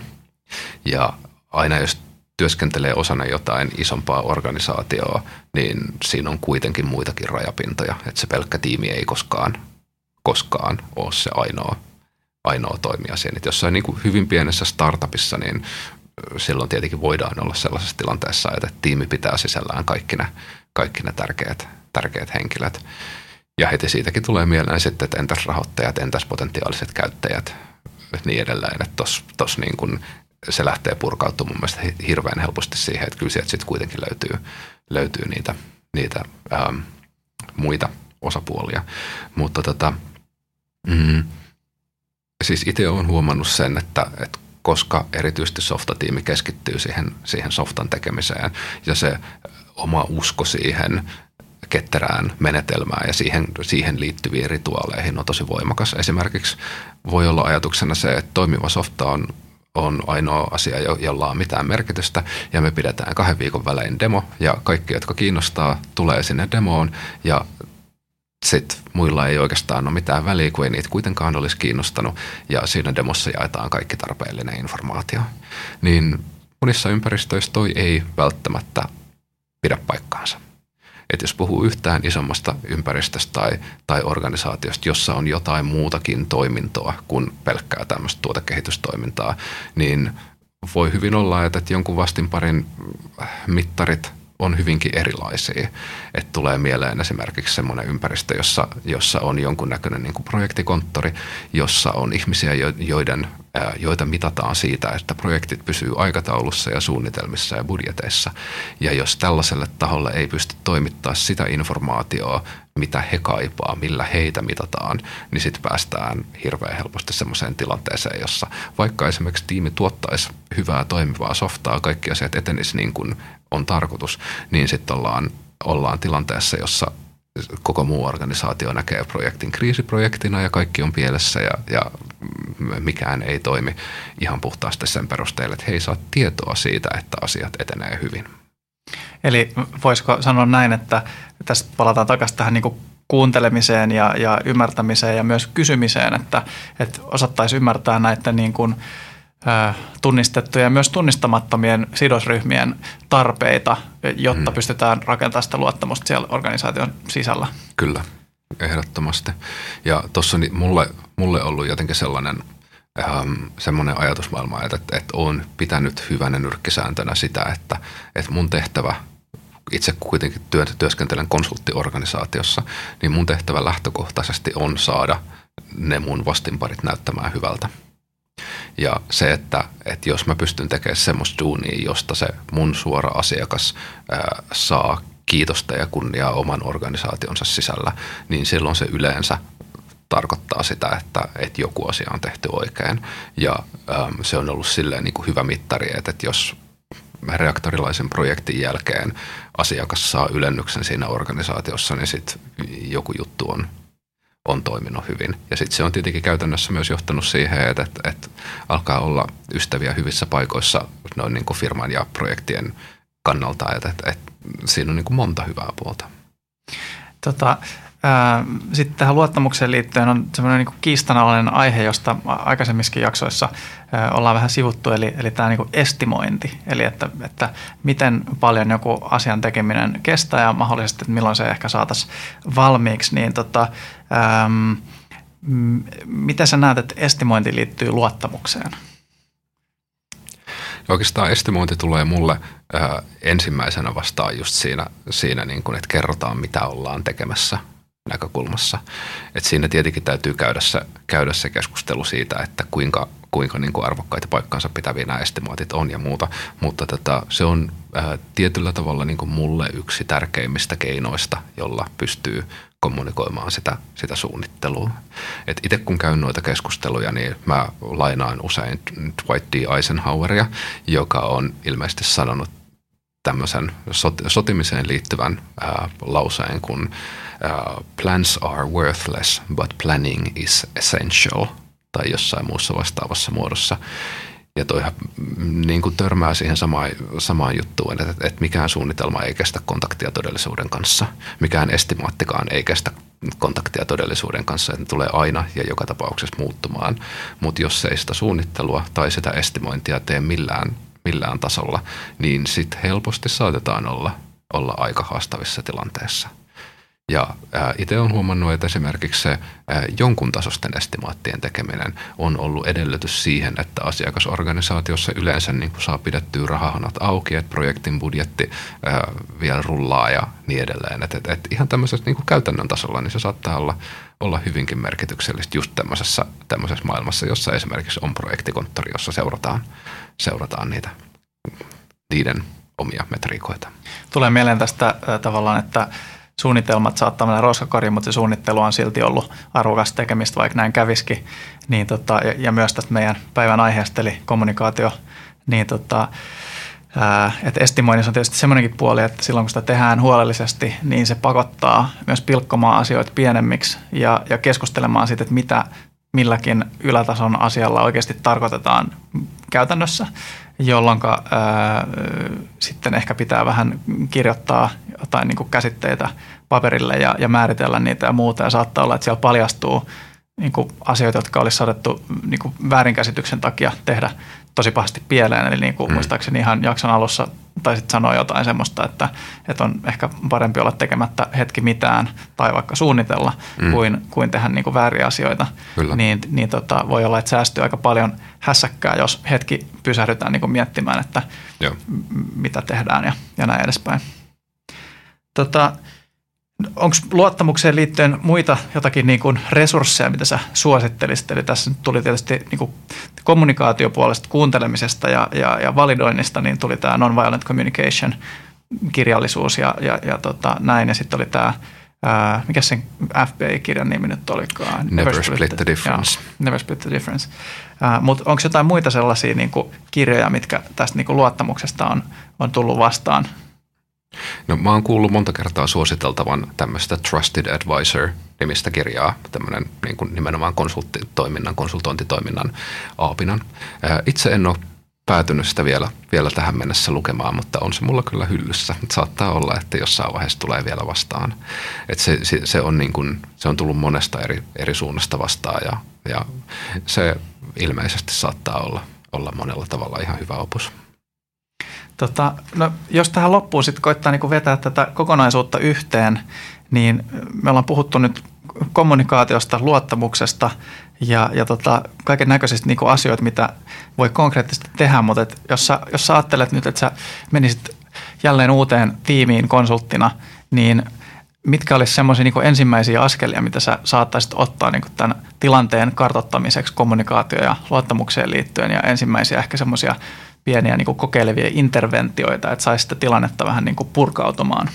Ja aina jos työskentelee osana jotain isompaa organisaatioa, niin siinä on kuitenkin muitakin rajapintoja, että se pelkkä tiimi ei koskaan koskaan ole se ainoa, ainoa toimija siinä. Et jossain niin kuin hyvin pienessä startupissa, niin silloin tietenkin voidaan olla sellaisessa tilanteessa, että tiimi pitää sisällään kaikki ne, kaikki ne tärkeät, tärkeät henkilöt. Ja heti siitäkin tulee mieleen sitten, että entäs rahoittajat, entäs potentiaaliset käyttäjät, niin edelleen. Että tos, tos niin kuin se lähtee purkautumaan mun mielestä hirveän helposti siihen, että kyllä sieltä sitten kuitenkin löytyy, löytyy niitä, niitä ähm, muita osapuolia. Mutta tota, mm, siis itse olen huomannut sen, että, että koska erityisesti softatiimi keskittyy siihen, siihen softan tekemiseen ja se oma usko siihen ketterään menetelmään ja siihen, siihen liittyviin rituaaleihin on tosi voimakas. Esimerkiksi voi olla ajatuksena se, että toimiva softa on, on ainoa asia, jolla on mitään merkitystä ja me pidetään kahden viikon välein demo ja kaikki, jotka kiinnostaa, tulee sinne demoon ja sitten muilla ei oikeastaan ole mitään väliä, kun ei niitä kuitenkaan olisi kiinnostanut ja siinä demossa jaetaan kaikki tarpeellinen informaatio. Niin monissa ympäristöissä toi ei välttämättä pidä paikkaansa. Että jos puhuu yhtään isommasta ympäristöstä tai, tai organisaatiosta, jossa on jotain muutakin toimintoa kuin pelkkää tämmöistä tuotekehitystoimintaa, niin voi hyvin olla, että jonkun vastinparin mittarit on hyvinkin erilaisia. Että tulee mieleen esimerkiksi semmoinen ympäristö, jossa, jossa on jonkunnäköinen niin kuin projektikonttori, jossa on ihmisiä, joiden, joita mitataan siitä, että projektit pysyy aikataulussa ja suunnitelmissa ja budjeteissa. Ja jos tällaiselle taholle ei pysty toimittamaan sitä informaatiota, mitä he kaipaa, millä heitä mitataan, niin sitten päästään hirveän helposti semmoiseen tilanteeseen, jossa vaikka esimerkiksi tiimi tuottaisi hyvää toimivaa softaa, kaikki asiat etenisi niin kuin on tarkoitus, niin sitten ollaan, ollaan tilanteessa, jossa koko muu organisaatio näkee projektin kriisiprojektina ja kaikki on pielessä ja, ja mikään ei toimi ihan puhtaasti sen perusteella, että he ei saa tietoa siitä, että asiat etenee hyvin. Eli voisiko sanoa näin, että tässä palataan takaisin tähän niin kuin kuuntelemiseen ja, ja ymmärtämiseen ja myös kysymiseen, että, että osattaisiin ymmärtää näiden niin kuin, ä, tunnistettujen ja myös tunnistamattomien sidosryhmien tarpeita, jotta hmm. pystytään rakentamaan sitä luottamusta siellä organisaation sisällä. Kyllä, ehdottomasti. Ja tuossa on mulle, mulle ollut jotenkin sellainen ähm, semmoinen ajatusmaailma, että, että olen pitänyt hyvänä nyrkkisääntönä sitä, että, että mun tehtävä, itse kuitenkin työ, työskentelen konsulttiorganisaatiossa, niin mun tehtävä lähtökohtaisesti on saada ne mun vastinparit näyttämään hyvältä. Ja se, että, että jos mä pystyn tekemään semmoista duunia, josta se mun suora asiakas ää, saa kiitosta ja kunniaa oman organisaationsa sisällä, niin silloin se yleensä tarkoittaa sitä, että, että joku asia on tehty oikein. Ja äm, se on ollut silleen niin kuin hyvä mittari, että, että jos reaktorilaisen projektin jälkeen asiakas saa ylennyksen siinä organisaatiossa, niin sitten joku juttu on, on toiminut hyvin. Ja sitten se on tietenkin käytännössä myös johtanut siihen, että, että, että alkaa olla ystäviä hyvissä paikoissa noin niin kuin firman ja projektien kannalta, että, että, että siinä on niin kuin monta hyvää puolta. Tota, ää, sitten tähän luottamukseen liittyen on semmoinen niin kuin kiistanalainen aihe, josta aikaisemmissakin jaksoissa ää, ollaan vähän sivuttu, eli, eli tämä niin kuin estimointi, eli että, että miten paljon joku asian tekeminen kestää ja mahdollisesti, että milloin se ehkä saataisiin valmiiksi, niin tota, ää, m- miten sä näet, että estimointi liittyy luottamukseen? Oikeastaan estimointi tulee mulle ää, ensimmäisenä vastaan just siinä, siinä niin kun, että kerrotaan, mitä ollaan tekemässä näkökulmassa. Et siinä tietenkin täytyy käydä se, käydä se keskustelu siitä, että kuinka, kuinka niin kuin arvokkaita paikkaansa pitäviä nämä estimaatit on ja muuta, mutta tätä, se on ää, tietyllä tavalla niin kuin mulle yksi tärkeimmistä keinoista, jolla pystyy kommunikoimaan sitä, sitä suunnittelua. Et itse kun käyn noita keskusteluja, niin mä lainaan usein Dwight D. Eisenhoweria, joka on ilmeisesti sanonut tämmöisen sot, sotimiseen liittyvän ää, lauseen, kun ää, plans are worthless, but planning is essential, tai jossain muussa vastaavassa muodossa. Ja toihan niin kuin törmää siihen samaan, samaan juttuun, että, että mikään suunnitelma ei kestä kontaktia todellisuuden kanssa. Mikään estimaattikaan ei kestä kontaktia todellisuuden kanssa, että ne tulee aina ja joka tapauksessa muuttumaan. Mutta jos ei sitä suunnittelua tai sitä estimointia tee millään, millään tasolla, niin sitten helposti saatetaan olla, olla aika haastavissa tilanteessa. Ja itse olen huomannut, että esimerkiksi se ää, jonkun tasoisten estimaattien tekeminen on ollut edellytys siihen, että asiakasorganisaatiossa yleensä niin kuin saa pidettyä rahahanat auki, että projektin budjetti ää, vielä rullaa ja niin edelleen. Et, et, et ihan tämmöisessä niin kuin käytännön tasolla niin se saattaa olla, olla hyvinkin merkityksellistä just tämmöisessä, tämmöisessä maailmassa, jossa esimerkiksi on projektikonttori, jossa seurataan, seurataan niitä, niiden omia metriikoita. Tulee mieleen tästä äh, tavallaan, että suunnitelmat saattaa mennä roskakoriin, mutta se suunnittelu on silti ollut arvokasta tekemistä, vaikka näin käviskin. Niin tota, ja, ja myös tästä meidän päivän aiheesta, eli kommunikaatio. Niin tota, ää, että estimoinnissa on tietysti semmoinenkin puoli, että silloin kun sitä tehdään huolellisesti, niin se pakottaa myös pilkkomaan asioita pienemmiksi ja, ja keskustelemaan siitä, että mitä milläkin ylätason asialla oikeasti tarkoitetaan käytännössä, jolloin sitten ehkä pitää vähän kirjoittaa jotain niin kuin käsitteitä paperille ja, ja määritellä niitä ja muuta. Ja saattaa olla, että siellä paljastuu niin kuin asioita, jotka olisi saatettu niin kuin väärinkäsityksen takia tehdä tosi pahasti pieleen. Eli niin kuin mm. muistaakseni ihan jakson alussa taisit sanoa jotain semmoista, että, että on ehkä parempi olla tekemättä hetki mitään tai vaikka suunnitella mm. kuin, kuin tehdä niin kuin vääriä asioita. Kyllä. Niin, niin tota, voi olla, että säästyy aika paljon hässäkkää, jos hetki pysähdytään niin kuin miettimään, että Joo. mitä tehdään ja, ja näin edespäin. Tota, onko luottamukseen liittyen muita jotakin niin kuin resursseja, mitä sä suosittelisit? Eli tässä nyt tuli tietysti niin kuin kommunikaatiopuolesta, kuuntelemisesta ja, ja, ja validoinnista, niin tuli tämä nonviolent communication, kirjallisuus ja, ja, ja tota, näin. Ja sitten oli tämä, ää, mikä sen F B I-kirjan nimi nyt olikaan? Never, Never Split, split the Difference. Joo, Never Split the Difference. Mutta onko jotain muita sellaisia niin kuin kirjoja, mitkä tästä niin kuin luottamuksesta on, on tullut vastaan? No mä oon kuullut monta kertaa suositeltavan tämmöistä Trusted Advisor-nimistä kirjaa, tämmöinen niin kuin nimenomaan konsulttitoiminnan, konsultointitoiminnan aapinan. Itse en ole päätynyt sitä vielä, vielä tähän mennessä lukemaan, mutta on se mulla kyllä hyllyssä. Saattaa olla, että jossain vaiheessa tulee vielä vastaan. Että se, se, se, on niin kuin, se on tullut monesta eri, eri suunnasta vastaan ja, ja se ilmeisesti saattaa olla, olla monella tavalla ihan hyvä opus. Tota, no, jos tähän loppuun sitten koittaa niin kuin vetää tätä kokonaisuutta yhteen, niin me ollaan puhuttu nyt kommunikaatiosta, luottamuksesta ja, ja tota, kaiken näköisistä niin kuin asioita, mitä voi konkreettisesti tehdä, mutta et jos, sä, jos sä ajattelet nyt, että sä menisit jälleen uuteen tiimiin konsulttina, niin mitkä olisi semmoisia niin kuin ensimmäisiä askelia, mitä sä saattaisit ottaa niin kuin tämän tilanteen kartoittamiseksi kommunikaatio- ja luottamukseen liittyen ja ensimmäisiä ehkä semmoisia pieniä niin kuin kokeilevia interventioita, että saisi sitä tilannetta vähän niin kuin purkautumaan?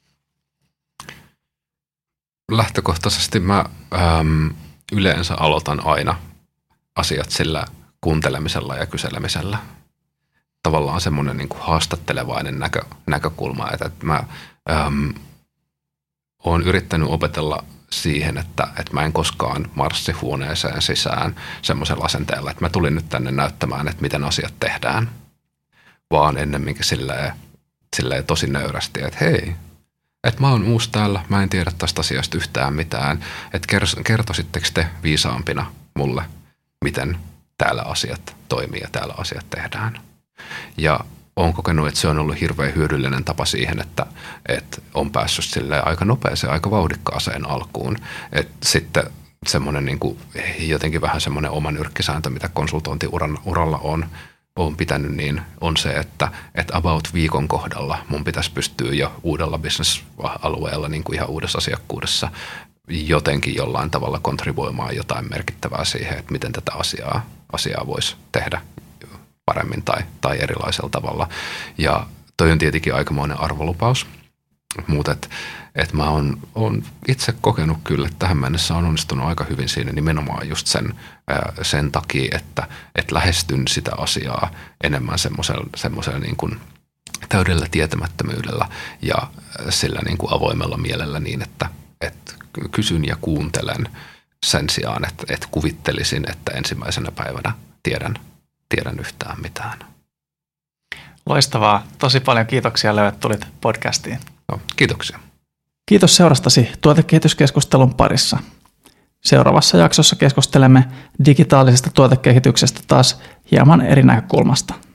Lähtökohtaisesti mä äm, yleensä aloitan aina asiat sillä kuuntelemisella ja kyselemisellä. Tavallaan semmoinen niin kuin haastattelevainen näkö, näkökulma, että, että mä äm, oon yrittänyt opetella siihen, että, että mä en koskaan marssi huoneeseen sisään semmoisella asenteella, että mä tulin nyt tänne näyttämään, että miten asiat tehdään, vaan ennemminkin silleen, silleen tosi nöyrästi, että hei, että mä oon uusi täällä, mä en tiedä tästä asiasta yhtään mitään, että kertoisitteko te viisaampina mulle, miten täällä asiat toimii ja täällä asiat tehdään. Ja olen kokenut, että se on ollut hirveän hyödyllinen tapa siihen, että, että on päässyt silleen aika nopeaseen, aika vauhdikkaaseen alkuun. Että sitten semmoinen niin kuin, jotenkin vähän semmoinen oma nyrkkisääntö, mitä konsultointiuralla on, on pitänyt, niin on se, että, että about viikon kohdalla mun pitäisi pystyä jo uudella business-alueella, niin kuin ihan uudessa asiakkuudessa, jotenkin jollain tavalla kontribuoimaan jotain merkittävää siihen, että miten tätä asiaa, asiaa voisi tehdä paremmin tai, tai erilaisella tavalla. Ja toi on tietenkin aikamoinen arvolupaus, mutta et, et mä oon, oon itse kokenut kyllä, että tähän mennessä on onnistunut aika hyvin siinä nimenomaan just sen, ää, sen takia, että et lähestyn sitä asiaa enemmän semmoisella, semmoisella niin kuin täydellä tietämättömyydellä ja sillä niin kuin avoimella mielellä niin, että et kysyn ja kuuntelen sen sijaan, että et kuvittelisin, että ensimmäisenä päivänä tiedän, tiedän yhtään mitään. Loistavaa. Tosi paljon kiitoksia, Leo, että tulit podcastiin. No, kiitoksia. Kiitos seurastasi tuotekehityskeskustelun parissa. Seuraavassa jaksossa keskustelemme digitaalisesta tuotekehityksestä taas hieman eri näkökulmasta.